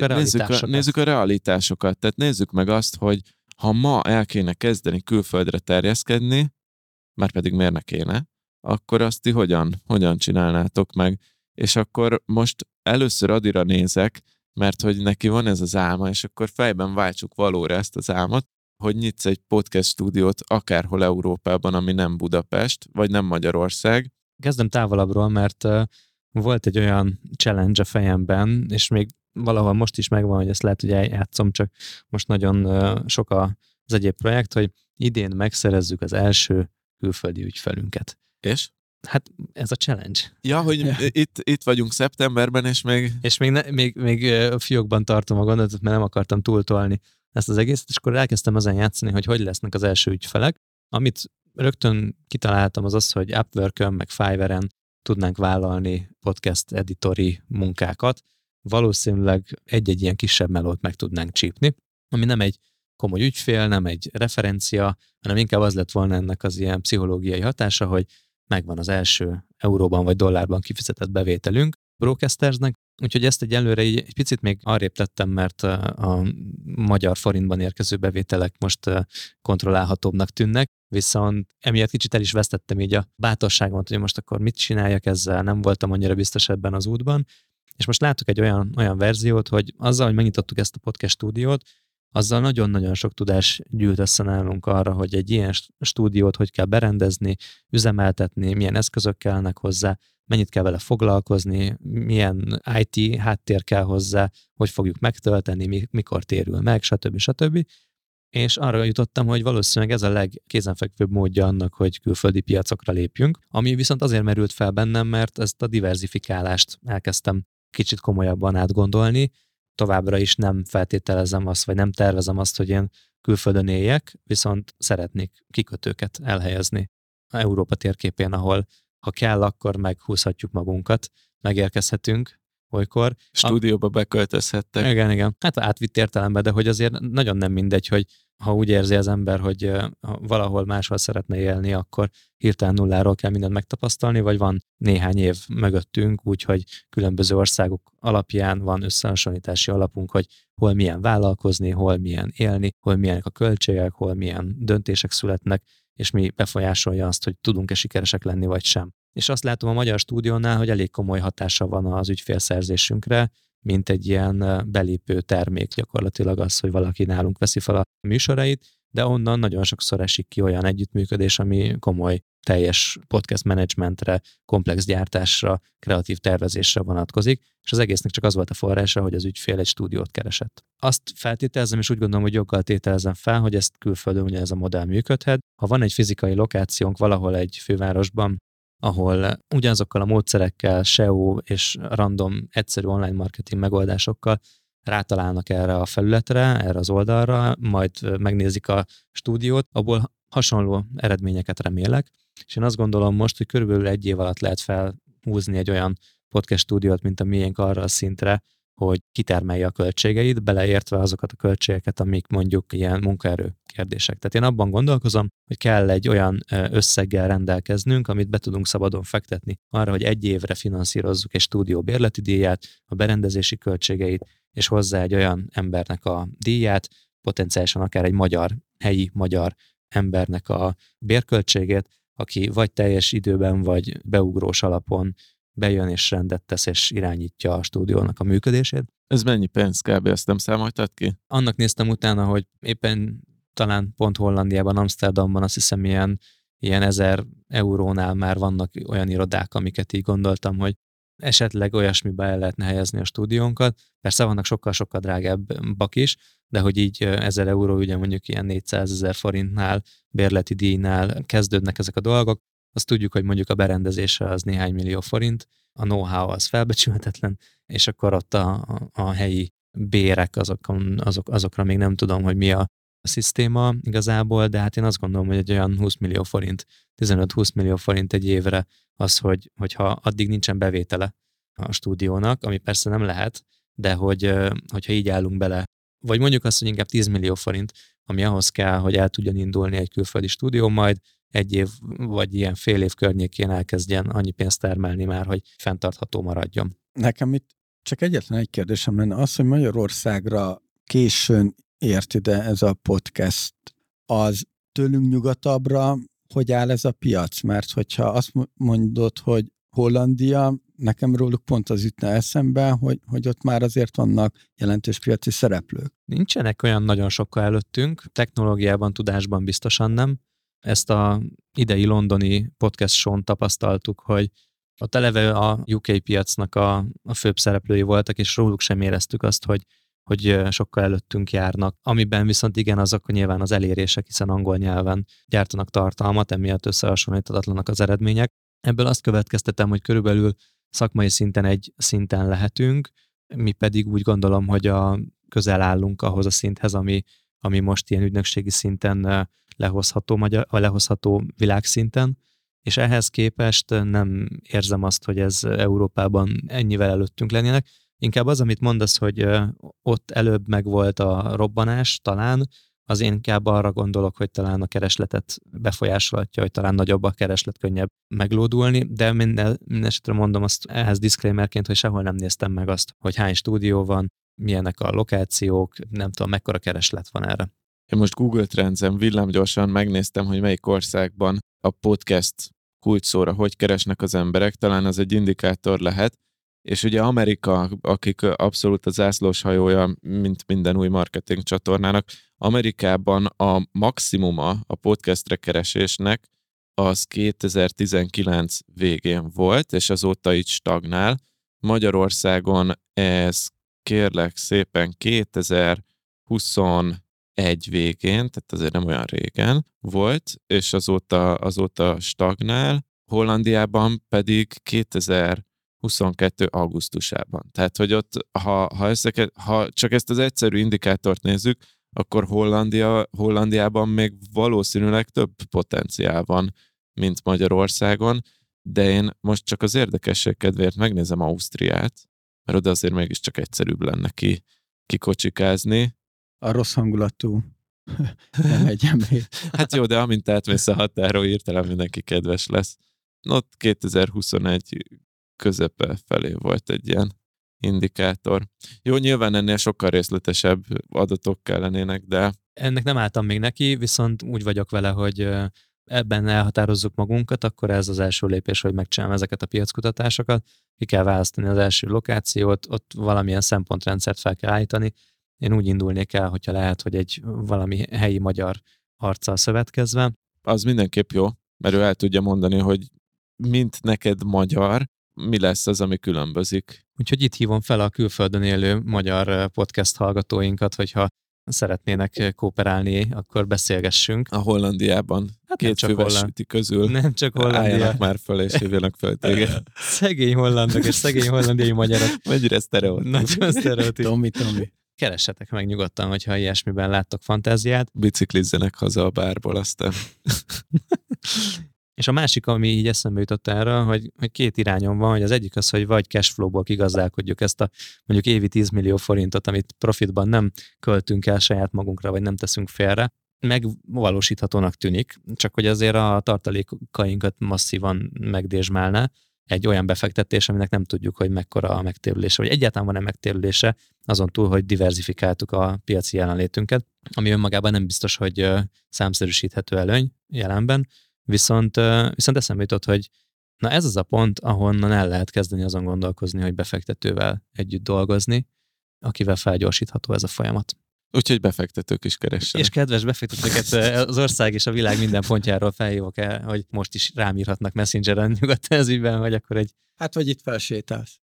B: Nézzük a realitásokat. Tehát nézzük meg azt, hogy ha ma el kéne kezdeni külföldre terjeszkedni, már pedig miért ne kéne, akkor azt ti hogyan csinálnátok meg? És akkor most először Adira nézek, mert hogy neki van ez az álma, és akkor fejben váltsuk valóra ezt az álmot, hogy nyitsz egy podcast stúdiót akárhol Európában, ami nem Budapest, vagy nem Magyarország.
C: Kezdem távolabbról, mert volt egy olyan challenge a fejemben, és még valahol most is megvan, hogy ezt lehet, hogy eljátszom, csak most nagyon sok az egyéb projekt, hogy idén megszerezzük az első külföldi ügyfelünket.
B: És?
C: Hát ez a challenge.
B: Ja, hogy itt vagyunk szeptemberben, és még...
C: És még a fiókban tartom a gondolatot, mert nem akartam túltolni ezt az egészet, és akkor elkezdtem ezen játszani, hogy lesznek az első ügyfelek. Amit rögtön kitaláltam az, hogy Upworkön, meg Fiverr-en tudnánk vállalni podcast editori munkákat. Valószínűleg egy-egy ilyen kisebb melót meg tudnánk csípni, ami nem egy komoly ügyfél, nem egy referencia, hanem inkább az lett volna ennek az ilyen pszichológiai hatása, hogy megvan az első euróban vagy dollárban kifizetett bevételünk Broadcastersnek, úgyhogy ezt egyelőre így egy picit még arrébb tettem, mert a magyar forintban érkező bevételek most kontrollálhatóbbnak tűnnek, viszont emiatt kicsit el is vesztettem így a bátorságomat, hogy most akkor mit csináljak ezzel, nem voltam annyira biztos ebben az útban, és most látok egy olyan verziót, hogy azzal, hogy megnyitottuk ezt a podcast stúdiót, azzal nagyon-nagyon sok tudás gyűlt össze nálunk arra, hogy egy ilyen stúdiót hogy kell berendezni, üzemeltetni, milyen eszközök kellnek hozzá, mennyit kell vele foglalkozni, milyen IT háttér kell hozzá, hogy fogjuk megtölteni, mikor térül meg, stb. És arra jutottam, hogy valószínűleg ez a legkézenfekvőbb módja annak, hogy külföldi piacokra lépjünk, ami viszont azért merült fel bennem, mert ezt a diverzifikálást elkezdtem kicsit komolyabban átgondolni, továbbra is nem feltételezem azt, vagy nem tervezem azt, hogy én külföldön éljek, viszont szeretnék kikötőket elhelyezni a Európa térképén, ahol ha kell, akkor meghúzhatjuk magunkat, megérkezhetünk olykor.
B: Stúdióba beköltözhettek.
C: Igen. Hát átvitt értelemben, de hogy azért nagyon nem mindegy, hogy ha úgy érzi az ember, hogy valahol máshol szeretne élni, akkor hirtelen nulláról kell mindent megtapasztalni, vagy van néhány év mögöttünk, úgyhogy különböző országok alapján van összehasonlítási alapunk, hogy hol milyen vállalkozni, hol milyen élni, hol milyenek a költségek, hol milyen döntések születnek, és mi befolyásolja azt, hogy tudunk-e sikeresek lenni, vagy sem. És azt látom a magyar stúdiónál, hogy elég komoly hatása van az ügyfélszerzésünkre, mint egy ilyen belépő termék gyakorlatilag az, hogy valaki nálunk veszi fel a műsorait, de onnan nagyon sokszor esik ki olyan együttműködés, ami komoly, teljes podcast managementre, komplex gyártásra, kreatív tervezésre vonatkozik, és az egésznek csak az volt a forrása, hogy az ügyfél egy stúdiót keresett. Azt feltételezem, és úgy gondolom, hogy joggal tételezem fel, hogy ezt külföldön ugyanez a modell működhet. Ha van egy fizikai lokációnk valahol egy fővárosban, ahol ugyanazokkal a módszerekkel, SEO és random, egyszerű online marketing megoldásokkal rátalálnak erre a felületre, erre az oldalra, majd megnézik a stúdiót, abból hasonló eredményeket remélek, és én azt gondolom most, hogy körülbelül 1 év alatt lehet felhúzni egy olyan podcast stúdiót, mint a miénk arra a szintre, hogy kitermelje a költségeit, beleértve azokat a költségeket, amik mondjuk ilyen munkaerő kérdések. Tehát én abban gondolkozom, hogy kell egy olyan összeggel rendelkeznünk, amit be tudunk szabadon fektetni arra, hogy 1 évre finanszírozzuk egy stúdió bérleti díját, a berendezési költségeit, és hozzá egy olyan embernek a díját, potenciálisan akár egy helyi magyar embernek a bérköltségét, aki vagy teljes időben, vagy beugrós alapon bejön és rendet tesz, és irányítja a stúdiónak a működését.
B: Ez mennyi pénz kb. Ezt nem számoltad ki?
C: Annak néztem utána, hogy éppen talán pont Hollandiában, Amsterdamban azt hiszem ilyen 1000 eurónál már vannak olyan irodák, amiket így gondoltam, hogy esetleg olyasmibe el lehetne helyezni a stúdiónkat. Persze vannak sokkal-sokkal drágábbak is, de hogy így 1000 euró, ugye mondjuk ilyen 400 000 forintnál, bérleti díjnál kezdődnek ezek a dolgok. Azt tudjuk, hogy mondjuk a berendezése az néhány millió forint, a know-how az felbecsülhetetlen, és akkor ott a helyi bérek, azokra még nem tudom, hogy mi a szisztéma igazából, de hát én azt gondolom, hogy egy olyan 20 millió forint, 15-20 millió forint egy évre az, hogyha addig nincsen bevétele a stúdiónak, ami persze nem lehet, de hogyha így állunk bele, vagy mondjuk azt, hogy inkább 10 millió forint, ami ahhoz kell, hogy el tudjon indulni egy külföldi stúdió, majd egy év vagy ilyen fél év környékén elkezdjen annyi pénzt termelni már, hogy fenntartható maradjon.
D: Nekem itt csak egyetlen egy kérdésem lenne, az, hogy Magyarországra későn ért ide ez a podcast, az tőlünk nyugatabbra, hogy áll ez a piac? Mert hogyha azt mondod, hogy Hollandia, nekem róluk pont az ütne eszembe, hogy ott már azért vannak jelentős piaci szereplők.
C: Nincsenek olyan nagyon sokkal előttünk, technológiában, tudásban biztosan nem. Ezt a idei londoni podcast show-n tapasztaltuk, hogy ott eleve a UK piacnak a főbb szereplői voltak, és róluk sem éreztük azt, hogy sokkal előttünk járnak. Amiben viszont igen, azok nyilván az elérések, hiszen angol nyelven gyártanak tartalmat, emiatt összehasonlíthatatlanak az eredmények. Ebből azt következtetem, hogy körülbelül szakmai szinten egy szinten lehetünk, mi pedig úgy gondolom, hogy közel állunk ahhoz a szinthez, ami most ilyen ügynökségi szinten lehozható világszinten, és ehhez képest nem érzem azt, hogy ez Európában ennyivel előttünk lennének. Inkább az, amit mondasz, hogy ott előbb megvolt a robbanás, talán, az én inkább arra gondolok, hogy talán a keresletet befolyásolhatja, hogy talán nagyobb a kereslet, könnyebb meglódulni, de minden esetre mondom azt ehhez disclaimerként, hogy sehol nem néztem meg azt, hogy hány stúdió van, milyenek a lokációk, nem tudom, mekkora kereslet van erre.
B: Én most Google Trends-en villámgyorsan megnéztem, hogy melyik országban a podcast kulcsszóra hogy keresnek az emberek, talán az egy indikátor lehet, és ugye Amerika, akik abszolút a zászlós hajója, mint minden új marketing csatornának, Amerikában a maximuma a podcastre keresésnek az 2019 végén volt, és azóta így stagnál. Magyarországon ez kérlek szépen 2021 végén, tehát azért nem olyan régen volt, és azóta stagnál. Hollandiában pedig 2022 augusztusában. Tehát, hogy ott, ha csak ezt az egyszerű indikátort nézzük, akkor Hollandiában még valószínűleg több potenciál van, mint Magyarországon, de én most csak az érdekesség kedvéért megnézem Ausztriát, mert oda azért mégiscsak egyszerűbb lenne kikocsikázni.
D: A rossz hangulatú nem egyemlé.
B: Hát jó, de amint átmész a határól, hirtelen mindenki kedves lesz. Ott 2021 közepe felé volt egy ilyen indikátor. Jó, nyilván ennél sokkal részletesebb adatok kellenének, de...
C: Ennek nem álltam még neki, viszont úgy vagyok vele, hogy ebben elhatározzuk magunkat, akkor ez az első lépés, hogy megcsinálom ezeket a piackutatásokat. Ki kell választani az első lokációt, ott valamilyen szempontrendszert fel kell állítani. Én úgy indulnék el, hogyha lehet, hogy egy valami helyi magyar arccal szövetkezve.
B: Az mindenképp jó, mert ő el tudja mondani, hogy mint neked magyar, mi lesz az, ami különbözik.
C: Úgyhogy itt hívom fel a külföldön élő magyar podcast hallgatóinkat, hogyha szeretnének kooperálni, akkor beszélgessünk.
B: A Hollandiában hát két füves süti közül
C: nem csak Hollandia.
B: Álljanak már föl, és hívjanak föl téged.
C: Szegény hollandok és szegény hollandiai magyarok.
B: Mennyire sztereotíp.
C: Nagyon sztereotíp.
D: Tomi.
C: Keressetek meg nyugodtan, hogyha ilyesmiben láttok fantáziát.
B: Biciklizzenek haza a bárból aztán.
C: És a másik, ami így eszembe jutott erre, hogy két irányon van, hogy az egyik az, hogy vagy cashflow-ból kigazdálkodjuk ezt a mondjuk évi 10 millió forintot, amit profitban nem költünk el saját magunkra, vagy nem teszünk félre, megvalósíthatónak tűnik, csak hogy azért a tartalékainkat masszívan megdésmálná egy olyan befektetés, aminek nem tudjuk, hogy mekkora a megtérülése, vagy egyáltalán van-e megtérülése, azon túl, hogy diversifikáltuk a piaci jelenlétünket, ami önmagában nem biztos, hogy számszerűsíthető előny jelenben, viszont eszembe jutott, hogy na ez az a pont, ahonnan el lehet kezdeni azon gondolkozni, hogy befektetővel együtt dolgozni, akivel felgyorsítható ez a folyamat.
B: Úgyhogy befektetők is keressenek.
C: És kedves befektetőket az ország és a világ minden pontjáról feljövök el, hogy most is rám írhatnak Messengeren nyugodtan ez ügyben, vagy akkor
D: Hát, vagy itt felsétálsz.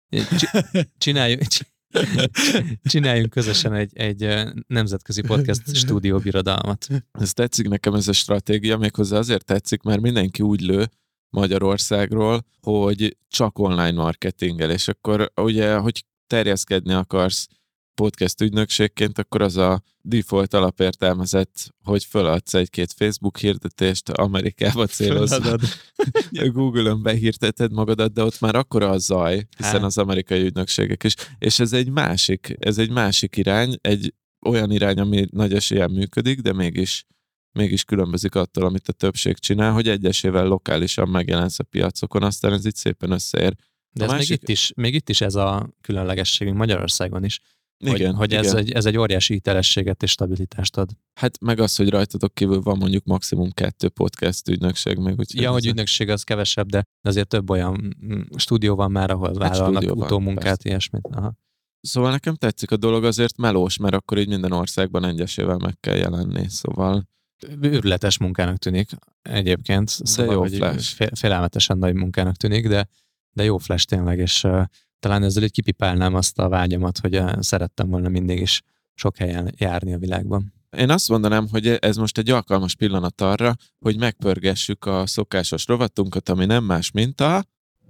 C: Csináljunk közösen egy nemzetközi podcast stúdióbirodalmat.
B: Ez tetszik nekem, ez a stratégia, méghozzá azért tetszik, mert mindenki úgy lő Magyarországról, hogy csak online marketinggel, és akkor ugye, hogy terjeszkedni akarsz podcast ügynökségként, akkor az a default alapértelmezett, hogy föladsz egy-két Facebook hirdetést, Amerikába célozod, Google-ön behirteted magadat, de ott már akkora a zaj, hiszen az amerikai ügynökségek is, és ez egy másik irány, egy olyan irány, ami nagy eséllyel működik, de mégis különbözik attól, amit a többség csinál, hogy egyesével lokálisan megjelensz a piacokon, aztán ez így szépen összeér.
C: De ez még itt is ez a különlegességünk Magyarországon is.
B: Igen,
C: hogy ez egy óriási hitelességet és stabilitást ad.
B: Hát meg az, hogy rajtatok kívül van mondjuk maximum 2 podcast ügynökség meg.
C: Ja, hogy ügynökség az kevesebb, de azért több olyan stúdió van már, ahol vállalnak utómunkát, ilyesmit. Aha.
B: Szóval nekem tetszik a dolog, azért melós, mert akkor így minden országban egyesével meg kell jelenni, szóval...
C: Őrületes munkának tűnik egyébként. Szóval,
B: jó flash.
C: Félelmetesen nagy munkának tűnik, de jó flash tényleg, és talán ezzel így kipipálnám azt a vágyamat, hogy szerettem volna mindig is sok helyen járni a világban.
B: Én azt mondanám, hogy ez most egy alkalmas pillanat arra, hogy megpörgessük a szokásos rovatunkat, ami nem más, mint
A: a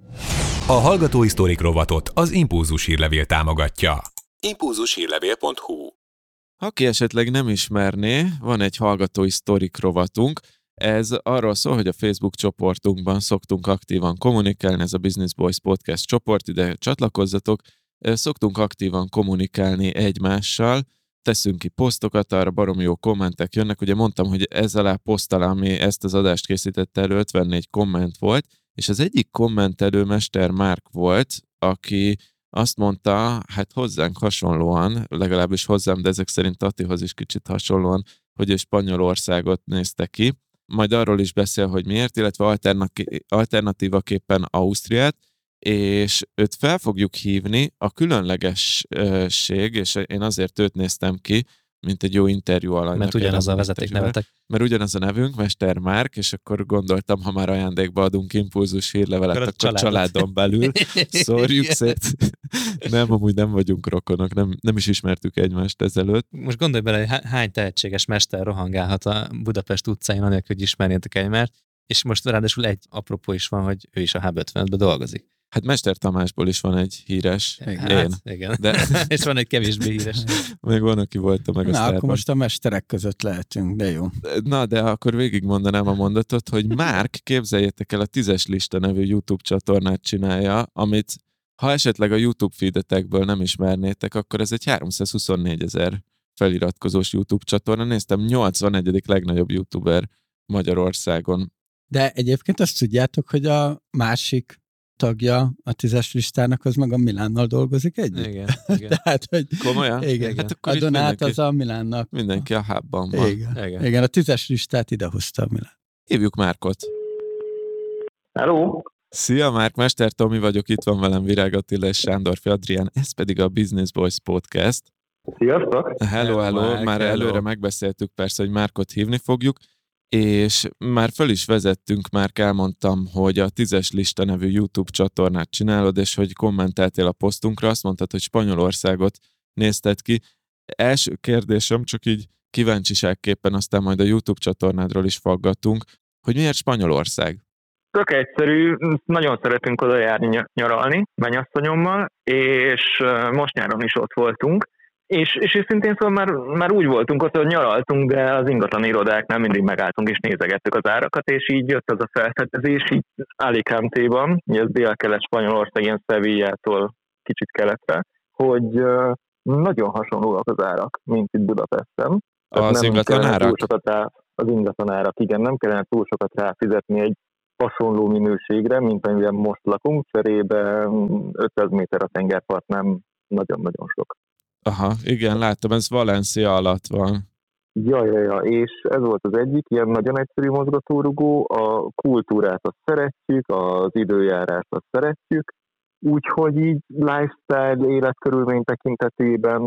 A: Hallgatói Sztorik rovatot az Impulzus hírlevél támogatja. impulzushírlevél.hu.
B: Aki esetleg nem ismerné, van egy Hallgatói Sztorik rovatunk. Ez arról szól, hogy a Facebook csoportunkban szoktunk aktívan kommunikálni, ez a Business Boys Podcast csoport, ide csatlakozzatok, szoktunk aktívan kommunikálni egymással, teszünk ki posztokat, arra baromi jó kommentek jönnek, ugye mondtam, hogy ez alá poszt alá, ami ezt az adást készítette elő, 54 komment volt, és az egyik kommentelő Mester Márk volt, aki azt mondta, hát hozzánk hasonlóan, legalábbis hozzám, de ezek szerint Attihoz is kicsit hasonlóan, hogy ő Spanyolországot nézte ki, majd arról is beszél, hogy miért, illetve alternatívaképpen Ausztriát, és őt fel fogjuk hívni, a különlegesség, és én azért őt néztem ki, mint egy jó interjú alany.
C: Mert ugyanaz a vezetéknevetek.
B: Mert ugyanaz a nevünk, Mester Márk, és akkor gondoltam, ha már ajándékba adunk impulzus hírlevelet, akkor családon belül szórjuk szét. Nem, amúgy nem vagyunk rokonok, nem is ismertük egymást ezelőtt.
C: Most gondolj bele, hogy hány tehetséges mester rohangálhat a Budapest utcáin, anélkül, hogy ismernétek egymást, és most ráadásul egy apropó is van, hogy ő is a Hub55-ben dolgozik.
B: Hát Mester Tamásból is van egy híres.
C: Igen. De... és van egy kevésbé híres.
B: Még van, aki volt a meg a
D: Na, akkor most a mesterek között lehetünk, de jó.
B: Na, de akkor végigmondanám a mondatot, hogy Márk, képzeljétek el, a 10-es lista nevű YouTube csatornát csinálja, amit ha esetleg a YouTube feedetekből nem ismernétek, akkor ez egy 324 000 feliratkozós YouTube csatorna. Néztem, 81. legnagyobb YouTuber Magyarországon.
D: De egyébként azt tudjátok, hogy a másik tagja a 10-es listának, az meg a Milánnal dolgozik együtt.
C: Igen.
D: Tehát, hogy
B: komolyan?
D: Igen. Hát akkor a Donát az a Milánnak.
B: Mindenki a hubban van.
D: Igen, a 10-es listát idehozta a Milán.
B: Hívjuk Márkot.
F: Hello!
B: Szia Márk, Mester Tomi vagyok, itt van velem Virág Attila és Sándorfi Adrián, ez pedig a Business Boys Podcast.
F: Sziasztok!
B: Hello, már előre megbeszéltük persze, hogy Márkot hívni fogjuk, és már föl is vezettünk, már elmondtam, hogy a 10-es lista nevű YouTube csatornát csinálod, és hogy kommenteltél a posztunkra, azt mondtad, hogy Spanyolországot nézted ki. Első kérdésem, csak így kíváncsiságképpen, aztán majd a YouTube csatornádról is faggatunk, hogy miért Spanyolország?
F: Tök egyszerű, nagyon szeretünk oda járni nyaralni mennyasszonyommal, és most nyáron is ott voltunk. És őszintén szóval már úgy voltunk ott, hogy nyaraltunk, de az ingatlan irodáknál mindig megálltunk és nézegettük az árakat, és így jött az a felfedezés, így Alicante-ban, ez dél-kelet Spanyolország, ilyen Sevillától kicsit keletre, hogy nagyon hasonlóak az árak, mint itt Budapesten.
B: Az ingatlan árak?
F: Az ingatlan árak, igen, nem kellene túl sokat ráfizetni egy hasonló minőségre, mint amiben most lakunk, cserébe 500 méter a tengerpart nem nagyon-nagyon sok.
B: Aha, igen, láttam, ez Valencia alatt van.
F: Ja, és ez volt az egyik, ilyen nagyon egyszerű mozgatórugó, a kultúrát azt szeretjük, az időjárást azt szeretjük, úgyhogy így lifestyle, életkörülmény tekintetében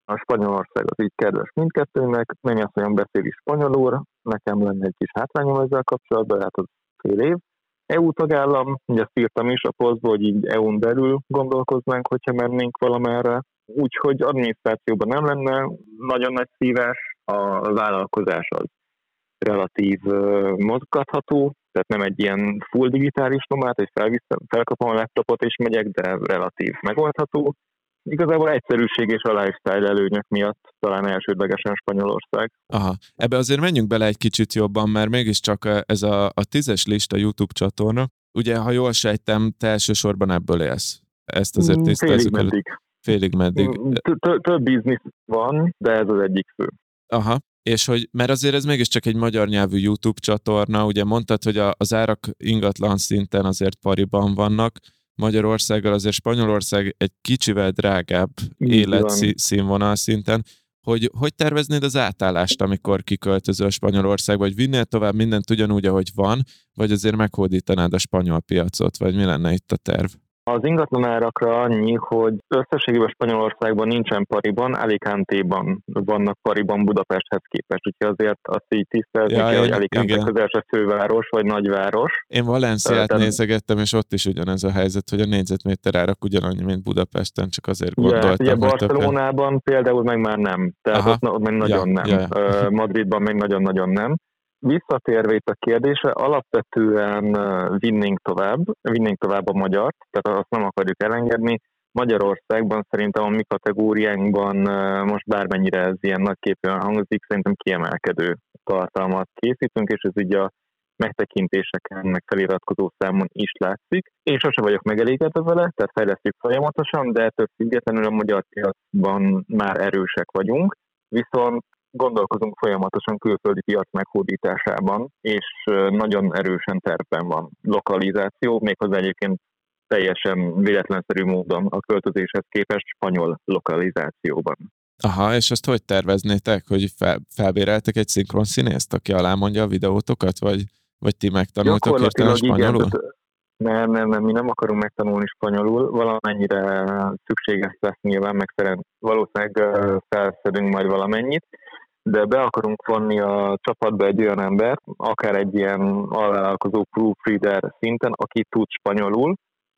F: A Spanyolország az így kedves mindkettőnek, mennyasszonyom beszél is spanyolul, nekem lenne egy kis hátrányom ezzel kapcsolatban, hát az fél év. EU tagállam, ugye ezt írtam is a posztból, hogy így EU-n belül gondolkoznánk, hogyha mennénk valamerre. Úgyhogy adminisztrációban nem lenne nagyon nagy szívás, a vállalkozás az relatív mozgatható, tehát nem egy ilyen full digitális nomád, hogy felkapom a laptopot és megyek, de relatív megoldható. Igazából egyszerűség és a lifestyle előnyök miatt talán elsődlegesen Spanyolország.
B: Aha, ebbe azért menjünk bele egy kicsit jobban, mert mégiscsak ez a 10-es lista YouTube csatorna, ugye, ha jól sejtem, te elsősorban ebből élsz. Ezt azért tisztázzuk előtt. Félig meddig.
F: Több biznisz van, de ez az egyik fő.
B: Aha, és hogy, mert azért ez mégiscsak egy magyar nyelvű YouTube csatorna, ugye mondtad, hogy az árak ingatlan szinten azért pariban vannak, Magyarországgal azért Spanyolország egy kicsivel drágább életszínvonal szinten. Hogy terveznéd az átállást, amikor kiköltözöl Spanyolországba, vagy vinnél tovább mindent ugyanúgy, ahogy van, vagy azért meghódítanád a spanyol piacot, vagy mi lenne itt a terv?
F: Az ingatlanárakra annyi, hogy összességében Spanyolországban nincsen pariban, Alicante-ban vannak pariban Budapesthez képest, úgyhogy azért azt így tisztelni kell, hogy Alicante közel se főváros vagy nagyváros.
B: Én Valenciát nézegettem, és ott is ugyanez a helyzet, hogy a négyzetméter árak ugyanannyi, mint Budapesten, csak azért gondoltam.
F: Ugye Barcelonában például meg már nem, tehát ott meg nagyon nem. Madridban meg nagyon-nagyon nem. Visszatérve itt a kérdésre, alapvetően vinnénk tovább a magyart, tehát azt nem akarjuk elengedni. Magyarországban szerintem a mi kategóriánkban most bármennyire ez ilyen nagyképűen hangzik, szerintem kiemelkedő tartalmat készítünk, és ez így a megtekintéseken, meg feliratkozó számon is látszik. Én sose vagyok megelégedve vele, tehát fejlesztjük folyamatosan, de ettől függetlenül a magyar piacban már erősek vagyunk, viszont gondolkozunk folyamatosan külföldi piac meghódításában, és nagyon erősen tervben van lokalizáció, méghozzá egyébként teljesen véletlenszerű módon a költözéshez képest spanyol lokalizációban.
B: Aha, és azt hogy terveznétek, hogy felbéreltek egy szinkron színészt, aki alámondja a videótokat, vagy ti megtanultok érteni spanyolul?
F: Nem, mi nem akarunk megtanulni spanyolul, valamennyire szükséges lesz nyilván, meg valószínűleg felszedünk majd valamennyit, de be akarunk vonni a csapatba egy olyan embert, akár egy ilyen alvállalkozó proofreader szinten, aki tud spanyolul,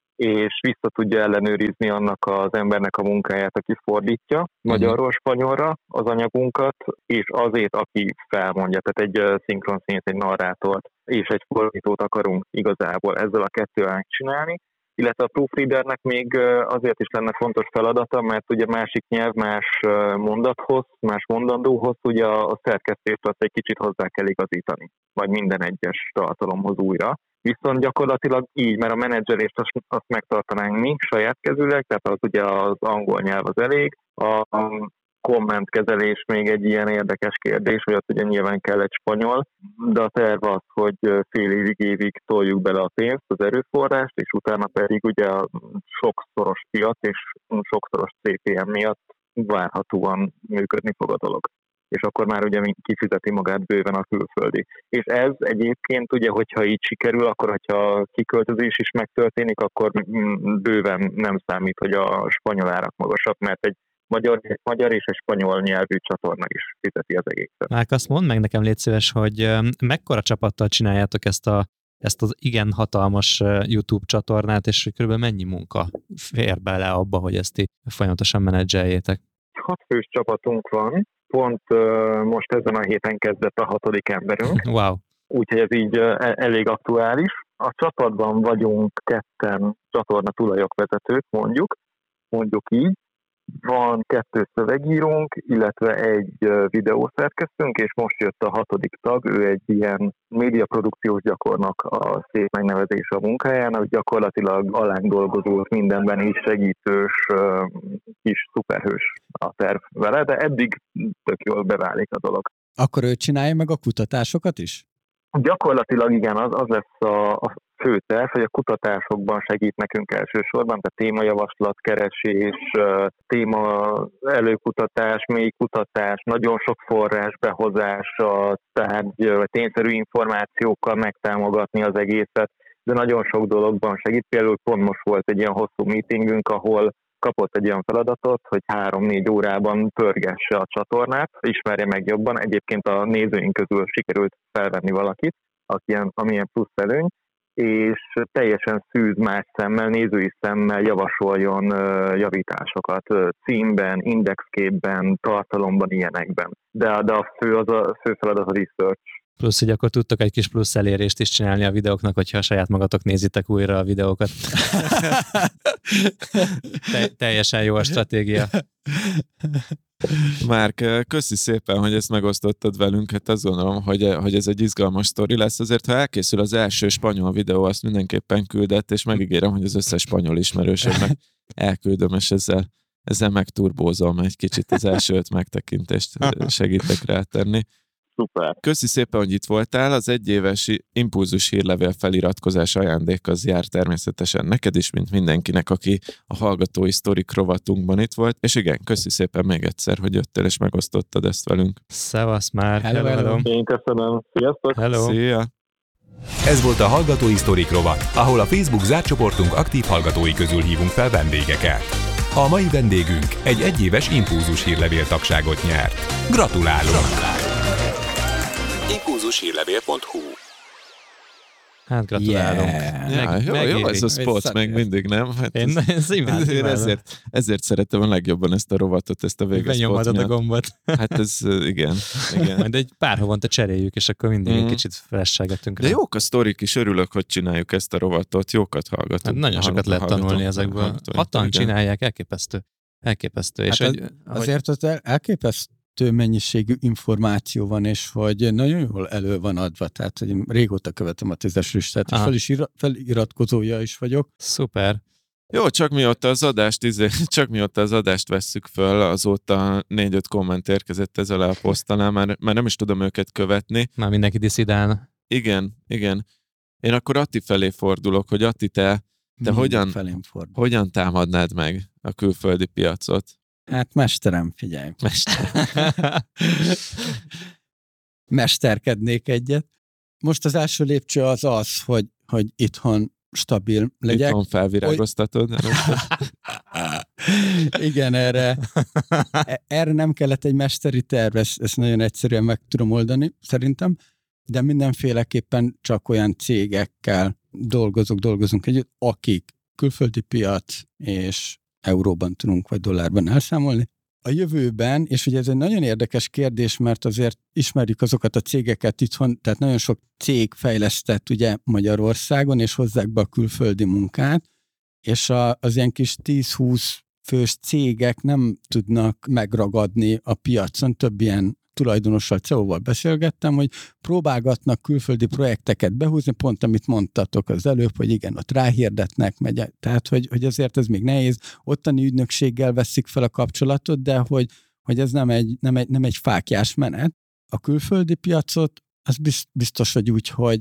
F: és vissza tudja ellenőrizni annak az embernek a munkáját, aki fordítja magyarról spanyolra az anyagunkat, és azért, aki felmondja, tehát egy szinkronszínész, egy narrátort és egy fordítót akarunk igazából ezzel a kettővel csinálni, illetve a proofreadernek még azért is lenne fontos feladata, mert ugye másik nyelv, más mondathoz, más mondandóhoz ugye a szerkesztést azt egy kicsit hozzá kell igazítani, vagy minden egyes tartalomhoz újra. Viszont gyakorlatilag így, mert a menedzselést azt megtartanánk mi saját kezűleg, tehát az ugye az angol nyelv az elég, a kommentkezelés még egy ilyen érdekes kérdés, hogy ott ugye nyilván kell egy spanyol, de a terv az, hogy fél évig toljuk bele a pénzt, az erőforrást, és utána pedig ugye a sokszoros piac és sokszoros CPM miatt várhatóan működni fog a dolog. És akkor már ugye kifizeti magát bőven a külföldi. És ez egyébként ugye, hogyha így sikerül, akkor hogyha kiköltözés is megtörténik, akkor bőven nem számít, hogy a spanyol árak magasak, mert egy magyar és egy spanyol nyelvű csatorna is fizeti az egészet.
C: Márk, azt mondd meg nekem, légy szíves, hogy mekkora csapattal csináljátok ezt az igen hatalmas YouTube csatornát, és hogy körülbelül mennyi munka fér bele abba, hogy ezt folyamatosan menedzseljétek?
F: 6 fős csapatunk van, pont most ezen a héten kezdett a 6. emberünk.
C: Wow.
F: Úgyhogy ez így elég aktuális. A csapatban vagyunk 2 csatorna tulajokvezetők, mondjuk így. Van 2 szövegírónk, illetve egy videószerkesztőnk, és most jött a 6. tag, ő egy ilyen médiaprodukciós gyakornok, a szép megnevezés a munkájának, gyakorlatilag alánk dolgozós, mindenben is segítős, kis szuperhős a terv vele, de eddig tök jól beválik a dolog.
D: Akkor ő csinálja meg a kutatásokat is?
F: Gyakorlatilag igen, az lesz a fő terv, hogy a kutatásokban segít nekünk elsősorban, tehát témajavaslat, keresés, téma előkutatás, mély kutatás, nagyon sok forrás behozása, tehát tényszerű információkkal megtámogatni az egészet, de nagyon sok dologban segít. Például pont most volt egy ilyen hosszú meetingünk, ahol kapott egy olyan feladatot, hogy 3-4 órában pörgesse a csatornát, ismerje meg jobban. Egyébként a nézőink közül sikerült felvenni valakit, amilyen plusz előny, és teljesen szűz más szemmel, nézői szemmel javasoljon javításokat címben, indexképben, tartalomban, ilyenekben. De a fő feladat a research.
C: Plusz, hogy akkor tudtok egy kis plusz elérést is csinálni a videóknak, hogyha saját magatok nézitek újra a videókat. Teljesen jó a stratégia.
B: Márk, köszi szépen, hogy ezt megosztottad velünk, hát azt gondolom, hogy ez egy izgalmas sztori lesz. Azért, ha elkészül az első spanyol videó, azt mindenképpen küldett, és megígérem, hogy az összes spanyol ismerősöknek elküldöm, és ezzel megturbózom egy kicsit az első 5 megtekintést, segítek rátenni.
F: Szuper.
B: Köszi szépen, hogy itt voltál. Az 1 éves Impulzus hírlevél feliratkozás ajándék az jár természetesen neked is, mint mindenkinek, aki a hallgatói sztorik rovatunkban itt volt. És igen, köszi szépen még egyszer, hogy jöttél és megosztottad ezt velünk.
C: Szevasz már.
D: Hello.
F: Én köszönöm. Sziasztok!
C: Hello.
B: Szia!
A: Ez volt a Hallgatói Sztorik rovat, ahol a Facebook zárt csoportunk aktív hallgatói közül hívunk fel vendégeket. A mai vendégünk egy 1 éves Impulzus hírlevél tagságot nyert. Gratulálunk! impulzushírlevél.hu.
C: Hát gratulálunk.
B: Jó, ez a spot meg mindig, nem? Hát
C: Én
B: ezért szeretem a legjobban ezt a rovatot, ezt a véges
C: benyomadod a gombot.
B: Hát ez igen.
C: Majd egy pár havonta cseréljük, és akkor mindig egy kicsit fresselgetünk.
B: De jók a sztorik is, örülök, hogy csináljuk ezt a rovatot, jókat hallgatunk.
C: Hát nagyon sokat lehet tanulni ezekből. 6-an csinálják, elképesztő. És
D: hát azért az elképesztő mennyiségű információ van, és hogy nagyon jól elő van adva, tehát hogy régóta követem a 10-es listát, és feliratkozója is vagyok.
C: Szuper.
B: Jó, csak mióta az adást vesszük föl, azóta 4-5 komment érkezett ez alá a posztnál, már nem is tudom őket követni.
C: Már mindenki diszidál.
B: Igen. Én akkor Atti felé fordulok, hogy Atti, te hogyan támadnád meg a külföldi piacot?
D: Hát mesterem, figyelj. Mesterkednék egyet. Most az első lépcső az, hogy itthon stabil legyek.
B: Itthon felvirágoztatod.
D: Igen, erre nem kellett egy mesteri terv, ezt nagyon egyszerűen meg tudom oldani, szerintem, de mindenféleképpen csak olyan cégekkel dolgozunk együtt, akik külföldi piac és euróban tudunk, vagy dollárban elszámolni. A jövőben, és ugye ez egy nagyon érdekes kérdés, mert azért ismerjük azokat a cégeket itthon, tehát nagyon sok cég fejlesztett ugye Magyarországon, és hozzák be a külföldi munkát, és az ilyen kis 10-20 fős cégek nem tudnak megragadni a piacon. Több ilyen tulajdonossal, CEO-val beszélgettem, hogy próbálgatnak külföldi projekteket behúzni, pont amit mondtatok az előbb, hogy igen, ott ráhirdetnek, tehát hogy azért ez még nehéz, ottani ügynökséggel veszik fel a kapcsolatot, de hogy ez nem egy fáklyás menet. A külföldi piacot, az biztos, hogy úgy, hogy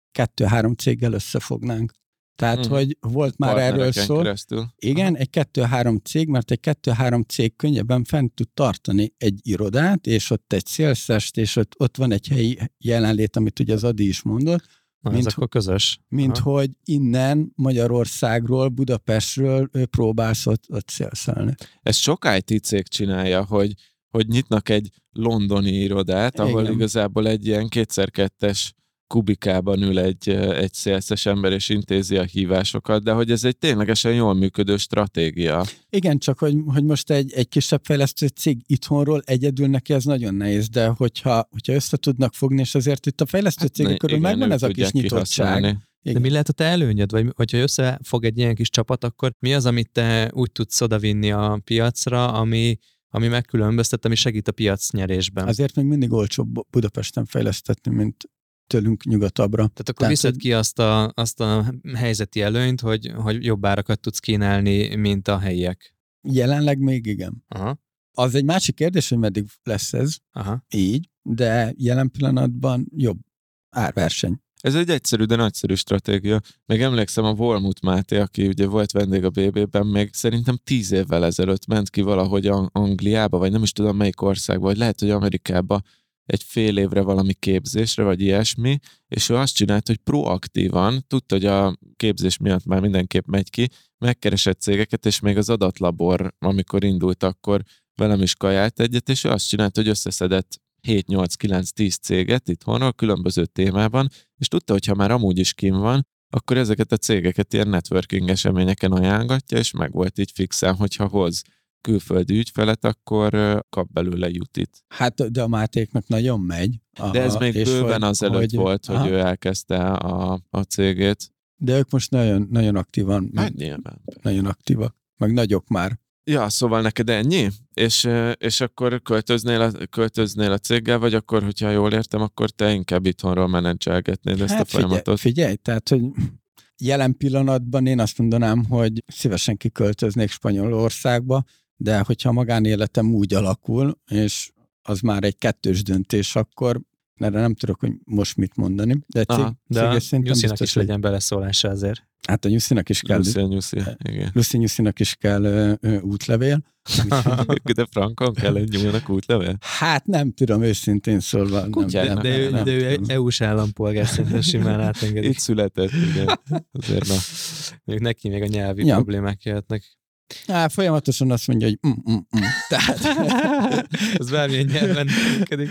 D: 2-3 céggel összefognánk. Tehát, hogy volt már erről szó. Igen, egy 2-3 cég, mert egy 2-3 cég könnyebben fent tud tartani egy irodát, és ott egy szélszest, és ott van egy helyi jelenlét, amit ugye az Adi is mondott.
C: Ez akkor közös.
D: Mint hogy innen Magyarországról, Budapestről próbálsz ott szélszelni.
B: Ezt sok IT cég csinálja, hogy nyitnak egy londoni irodát, ahol igazából egy ilyen 2x2-es kubikában ül egy szélszes ember, és intézi a hívásokat, de hogy ez egy ténylegesen jól működő stratégia.
D: Igen, csak hogy most egy kisebb fejlesztő cég itthonról egyedül neki ez nagyon nehéz, de hogyha össze tudnak fogni, és azért itt a fejlesztő cégek körül megvan ez a kis nyitottság. Igen.
C: De mi lehet a te előnyöd? Vagy hogyha összefog egy ilyen kis csapat, akkor mi az, amit te úgy tudsz odavinni a piacra, ami megkülönböztet, ami segít a piacnyerésben?
D: Azért még mindig olcsóbb Budapesten fejlesztetni, mint tőlünk nyugatabbra.
C: Tehát akkor viszed ki azt a helyzeti előnyt, hogy jobb árakat tudsz kínálni, mint a helyiek.
D: Jelenleg még igen.
C: Aha.
D: Az egy másik kérdés, hogy meddig lesz ez.
C: Aha.
D: Így, de jelen pillanatban jobb árverseny.
B: Ez egy egyszerű, de nagyszerű stratégia. Meg emlékszem a Volmut Máté, aki ugye volt vendég a BB-ben, még szerintem 10 évvel ezelőtt ment ki valahogy Angliába, vagy nem is tudom melyik országba, vagy lehet, hogy Amerikába egy fél évre valami képzésre, vagy ilyesmi, és ő azt csinált, hogy proaktívan, tudta, hogy a képzés miatt már mindenképp megy ki, megkeresett cégeket, és még az adatlabor, amikor indult, akkor velem is kajált egyet, és ő azt csinált, hogy összeszedett 7-8-9-10 céget itthonról különböző témában, és tudta, hogy ha már amúgy is kim van, akkor ezeket a cégeket ilyen networking eseményeken ajánlgatja, és meg volt így fixen, hogyha hoz külföldi ügyfelet, akkor kap belőle jutit.
D: Hát, de a Mátéknak nagyon megy.
B: De ez még bőven azelőtt volt, hogy ő elkezdte a cégét.
D: De ők most nagyon, nagyon aktívan.
B: Hát nyilván.
D: Nagyon aktívak. Meg nagyok már.
B: Ja, szóval neked ennyi? És akkor költöznél a céggel, vagy akkor, hogyha jól értem, akkor te inkább itthonról menedzselgetnéd ezt a folyamatot?
D: Figyelj, tehát, hogy jelen pillanatban én azt mondanám, hogy szívesen kiköltöznék Spanyolországba, de hogyha a magánéletem úgy alakul, és az már egy kettős döntés, akkor erre nem tudok, hogy most mit mondani. De
C: Nyuszinak is legyen beleszólása azért.
D: Hát a Nyuszinak is kell. Nyuszinak is kell útlevél.
B: De frankon kell egy nyúlnak útlevél?
D: Hát nem tudom, őszintén szólva.
C: De ő EU-s állampolgár, szerintem simán átengedik.
B: Itt született, igen. Azért
C: még neki még a nyelvi problémák jöhetnek.
D: Folyamatosan azt mondja, hogy Tehát...
C: Az bármilyen nyelven működik.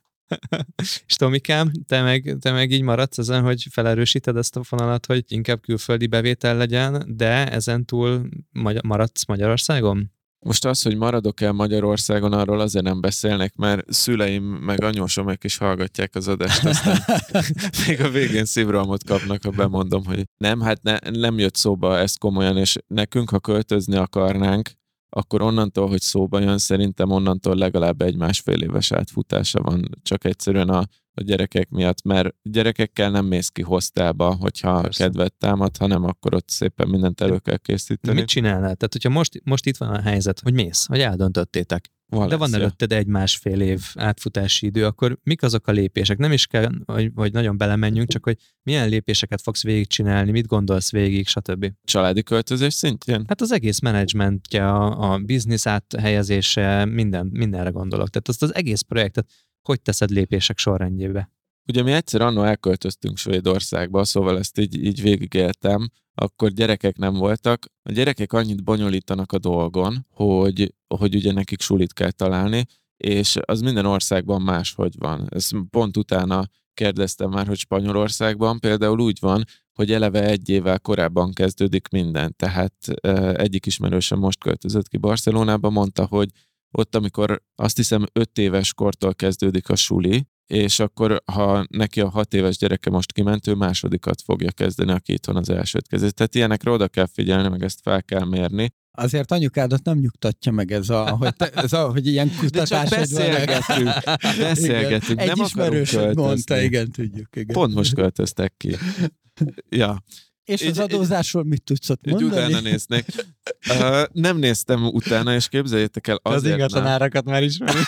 C: És Tomikám, te meg így maradsz ezen, hogy felerősíted ezt a vonalat, hogy inkább külföldi bevétel legyen, de ezentúl maradsz Magyarországon?
B: Most az, hogy maradok-e Magyarországon, arról azért nem beszélnek, mert szüleim meg anyósomek is hallgatják az adást, aztán még a végén szívrohamot kapnak, ha bemondom, hogy nem, hát nem jött szóba ez komolyan, és nekünk, ha költözni akarnánk, akkor onnantól, hogy szóba jön, szerintem onnantól legalább 1-1,5 éves átfutása van, csak egyszerűen a gyerekek miatt, mert gyerekekkel nem mész ki hostelba, hogyha persze kedvet támad, hanem akkor ott szépen mindent elő kell készíteni.
C: Mit csinálnál? Tehát, hogyha most itt van a helyzet, hogy mész, hogy eldöntöttétek, de van előtted 1-1,5 év átfutási idő, akkor mik azok a lépések? Nem is kell, hogy nagyon belemenjünk, csak hogy milyen lépéseket fogsz végigcsinálni, mit gondolsz végig, stb.
B: Családi költözés szintjén?
C: Hát az egész menedzsmentje, a biznisz áthelyezése, mindenre gondolok. Tehát azt az egész projektet hogy teszed lépések sorrendjébe?
B: Ugye mi egyszer annól elköltöztünk Svédországba, szóval ezt így végigéltem, akkor gyerekek nem voltak. A gyerekek annyit bonyolítanak a dolgon, hogy ugye nekik sulit kell találni, és az minden országban máshogy van. Ezt pont utána kérdeztem már, hogy Spanyolországban például úgy van, hogy eleve 1 évvel korábban kezdődik minden. Tehát egyik ismerősöm most költözött ki Barcelonába, mondta, hogy ott, amikor azt hiszem 5 éves kortól kezdődik a suli, és akkor, ha neki a 6 éves gyereke most kiment, ő másodikat fogja kezdeni, aki itthon az elsőt kezdi. Tehát ilyenekre oda kell figyelni, meg ezt fel kell mérni.
D: Azért anyukádat nem nyugtatja meg hogy ilyen kutatásod van.
B: Beszélgetünk.
D: Egy ismerősöd mondta, igen, tudjuk. Igen.
B: Pont most költöztek ki. Ja.
D: És az adózásról mit tudsz ott mondani?
B: Utána néznek. Nem néztem utána, és képzeljétek el azért
C: az ingatlan árakat már ismerjük.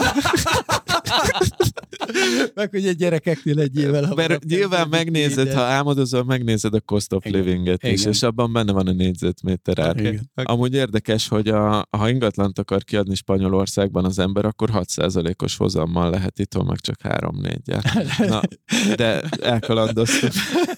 D: Meg hogy egy gyerekeknél 1 évvel...
B: Mert nyilván megnézed, ha álmodozol, megnézed a cost of living-et is, és abban benne van a négyzetméter ár. Okay. Amúgy érdekes, hogy ha ingatlant akar kiadni Spanyolországban az ember, akkor 6%-os hozammal lehet, itthon meg csak 3-4-jel. Na, de elkalandoztam.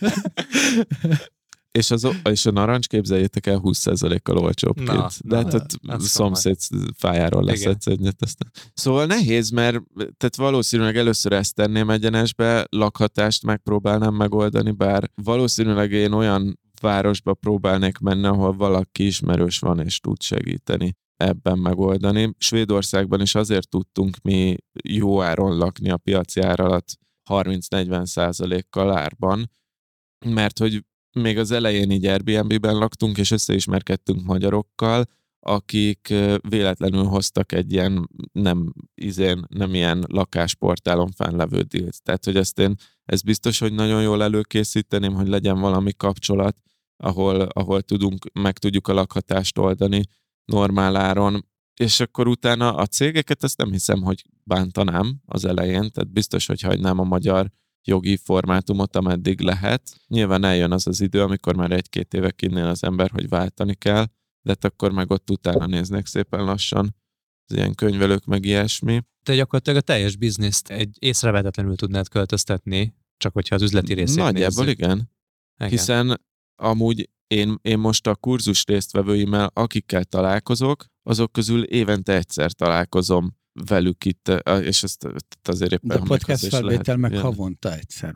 B: És a narancs, képzeljétek el, 20%-kal olcsóbbként. De hát ott szomszéd fájáról leszedsz egyet. Aztán. Szóval nehéz, mert tehát valószínűleg először ezt tenném egyenesbe, lakhatást megpróbálnám megoldani, bár valószínűleg én olyan városba próbálnék menni, ahol valaki ismerős van és tud segíteni ebben megoldani. Svédországban is azért tudtunk mi jó áron lakni a piaci ár alatt 30-40%-kal árban, mert hogy még az elején így Airbnb-ben laktunk, és összeismerkedtünk magyarokkal, akik véletlenül hoztak egy ilyen nem ilyen lakásportálon fennlevő dílt. Tehát, hogy ezt biztos, hogy nagyon jól előkészíteném, hogy legyen valami kapcsolat, ahol meg tudjuk a lakhatást oldani normál áron, és akkor utána a cégeket ezt nem hiszem, hogy bántanám az elején, tehát biztos, hogy hagynám a magyar jogi formátumot, ameddig lehet. Nyilván eljön az idő, amikor már 1-2 éve kinnél az ember, hogy váltani kell, de akkor meg ott utána néznek szépen lassan az ilyen könyvelők, meg ilyesmi.
C: Te gyakorlatilag a teljes bizniszt egy észrevehetetlenül tudnád költöztetni, csak hogyha az üzleti részét
B: nagyjából
C: nézzük.
B: igen. Hiszen amúgy én most a kurzus résztvevőimmel, akikkel találkozok, azok közül évente egyszer találkozom velük itt, és ezt azért éppen...
D: De a podcast felvétel meg
B: jön.
D: Havonta egyszer.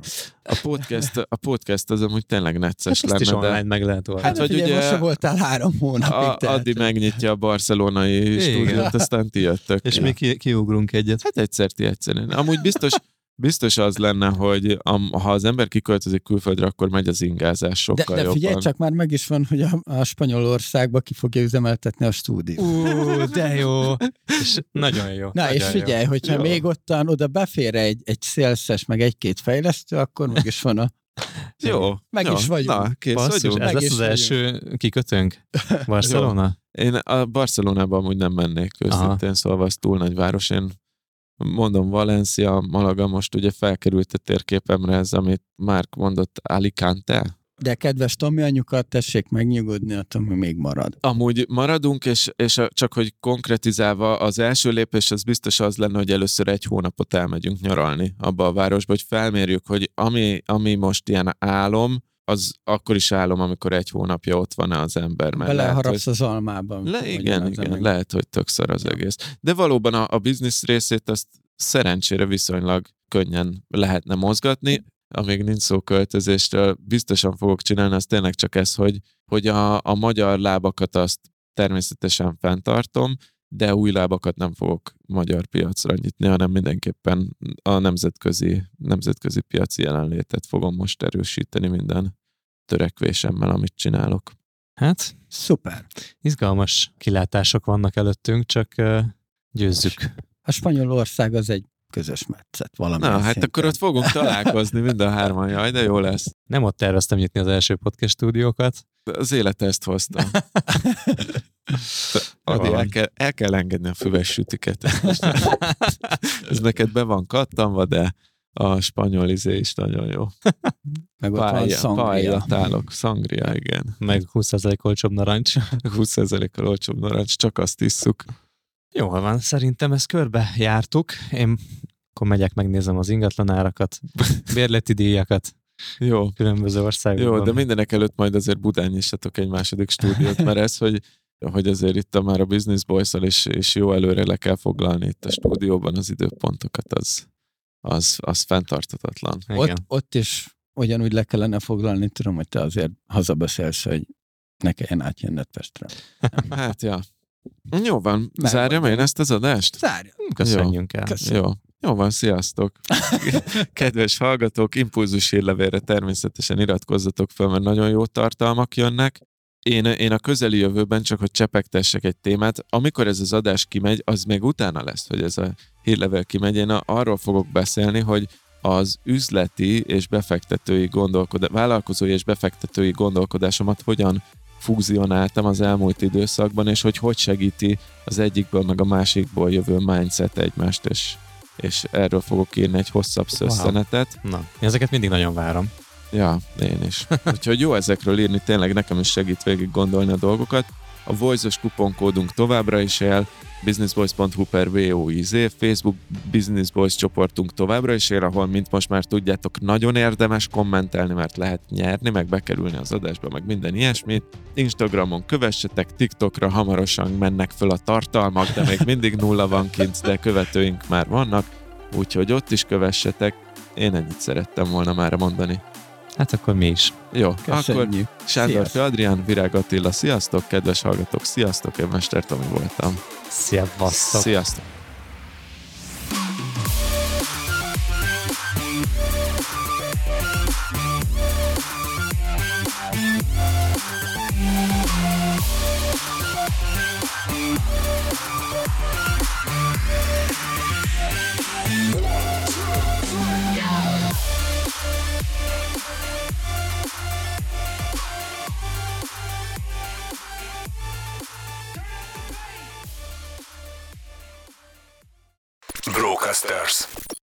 B: A podcast az amúgy tényleg necces
C: lenne. Is online meg lehet olvasni.
B: Hát, hogy ugye
D: most voltál 3 hónapig.
B: Addig megnyitja a barcelonai stúdiót, aztán ti jöttök.
C: És mi kiugrunk egyet.
B: Hát egyszer ti egyszerűen. Amúgy biztos az lenne, hogy ha az ember kiköltözik külföldre, akkor megy az ingázás sokkal jobban.
D: De figyelj, csak már meg is van, hogy a Spanyolországba ki fogja üzemeltetni a stúdiót.
C: De jó! És nagyon jó.
D: Na,
C: nagyon
D: és figyelj,
C: jó.
D: hogyha
B: jó.
D: még ottan oda befér egy szélszes, meg 1-2 fejlesztő, akkor meg is van a...
B: Jó.
D: Meg
B: jó.
D: is vagyunk.
B: Na, kész
C: Basszus,
B: vagyunk.
C: ez
D: meg
C: lesz
D: is
C: az első kikötőnk? Barcelona?
B: Én a Barcelonában amúgy nem mennék őszintén, szóval az túl nagy város. Én mondom, Valencia, Malaga most ugye felkerült a térképemre ez, amit Márk mondott, Alicante.
D: De kedves Tomi anyukat, tessék megnyugodni, a Tomi még marad.
B: Amúgy maradunk, és csak hogy konkretizálva, az első lépés az biztos az lenne, hogy először 1 hónapot elmegyünk nyaralni abba a városba, hogy felmérjük, hogy ami most ilyen álom, az akkor is álom, amikor 1 hónapja ott van az ember.
D: Beleharapsz az almában.
B: Igen, lehet, hogy tök szar az egész. De valóban a biznisz részét azt szerencsére viszonylag könnyen lehetne mozgatni, amíg nincs szó költözésről, biztosan fogok csinálni, az tényleg csak ez, hogy a magyar lábakat azt természetesen fenntartom, de új lábakat nem fogok magyar piacra nyitni, hanem mindenképpen a nemzetközi piaci jelenlétet fogom most erősíteni minden törekvésemmel, amit csinálok.
C: Hát,
D: szuper.
C: Izgalmas kilátások vannak előttünk, csak győzzük.
D: A Spanyolország az egy közös metszet valami.
B: Na, hát akkor ott fogunk találkozni mind a 3-an, jaj, de jó lesz.
C: Nem ott terveztem nyitni az első podcast stúdiókat.
B: Az élet ezt hozta. Adi, el kell engedni a füves sütiket. Ez neked be van kattanva, de a spanyol izé is nagyon jó.
D: Meg ott van szangria.
B: Szangria, igen.
C: Meg 20% olcsóbb narancs.
B: 20%-kal olcsóbb narancs, csak azt isszuk.
C: Jól van, szerintem ezt körbe jártuk. Én akkor megyek, megnézem az ingatlanárakat, bérleti díjakat.
B: Jó.
C: Különböző országokban.
B: Jó, de mindenek előtt majd azért Budán nyissatok egy második stúdiót, mert ez, hogy azért itt már a Business Boys-szal és jó előre le kell foglalni itt a stúdióban az időpontokat, az fenntarthatatlan.
D: Ott is ugyanúgy le kellene foglalni, tudom, hogy te azért hazabeszélsz, hogy ne kelljen átjönned Pestre.
B: Hát, ja. Jó van, zárjam én ezt az adást?
D: Zárjam.
C: Köszönjünk el.
B: Jó van, sziasztok! Kedves hallgatók, impulzus hírlevélre természetesen iratkozzatok fel, mert nagyon jó tartalmak jönnek. Én a közeli jövőben csak, hogy csepegtessek egy témát, amikor ez az adás kimegy, az még utána lesz, hogy ez a hírlevél kimegy. Én arról fogok beszélni, hogy az üzleti és befektetői vállalkozói és befektetői gondolkodásomat hogyan fúzionáltam az elmúlt időszakban, és hogy segíti az egyikből meg a másikból jövő mindset egymást, és erről fogok írni egy hosszabb szösszenetet.
C: Wow. Na, én ezeket mindig nagyon várom.
B: Ja, én is. Úgyhogy jó ezekről írni, tényleg nekem is segít végig gondolni a dolgokat. A Voice-os kuponkódunk továbbra is él, businessboys.hu/VOIZ, Facebook Business Boys csoportunk továbbra is él, ahol, mint most már tudjátok, nagyon érdemes kommentelni, mert lehet nyerni, meg bekerülni az adásba, meg minden ilyesmit. Instagramon kövessetek, TikTokra hamarosan mennek föl a tartalmak, de még mindig 0 van kint, de követőink már vannak, úgyhogy ott is kövessetek. Én ennyit szerettem volna már mondani.
C: Hát akkor mi is.
B: Jó,
D: köszönjük.
B: Akkor Sándor Adrián, Virág Attila, sziasztok, kedves hallgatók, sziasztok, én Mester Tomi voltam.
C: Szevasztok.
B: Sziasztok.
A: Brocasters.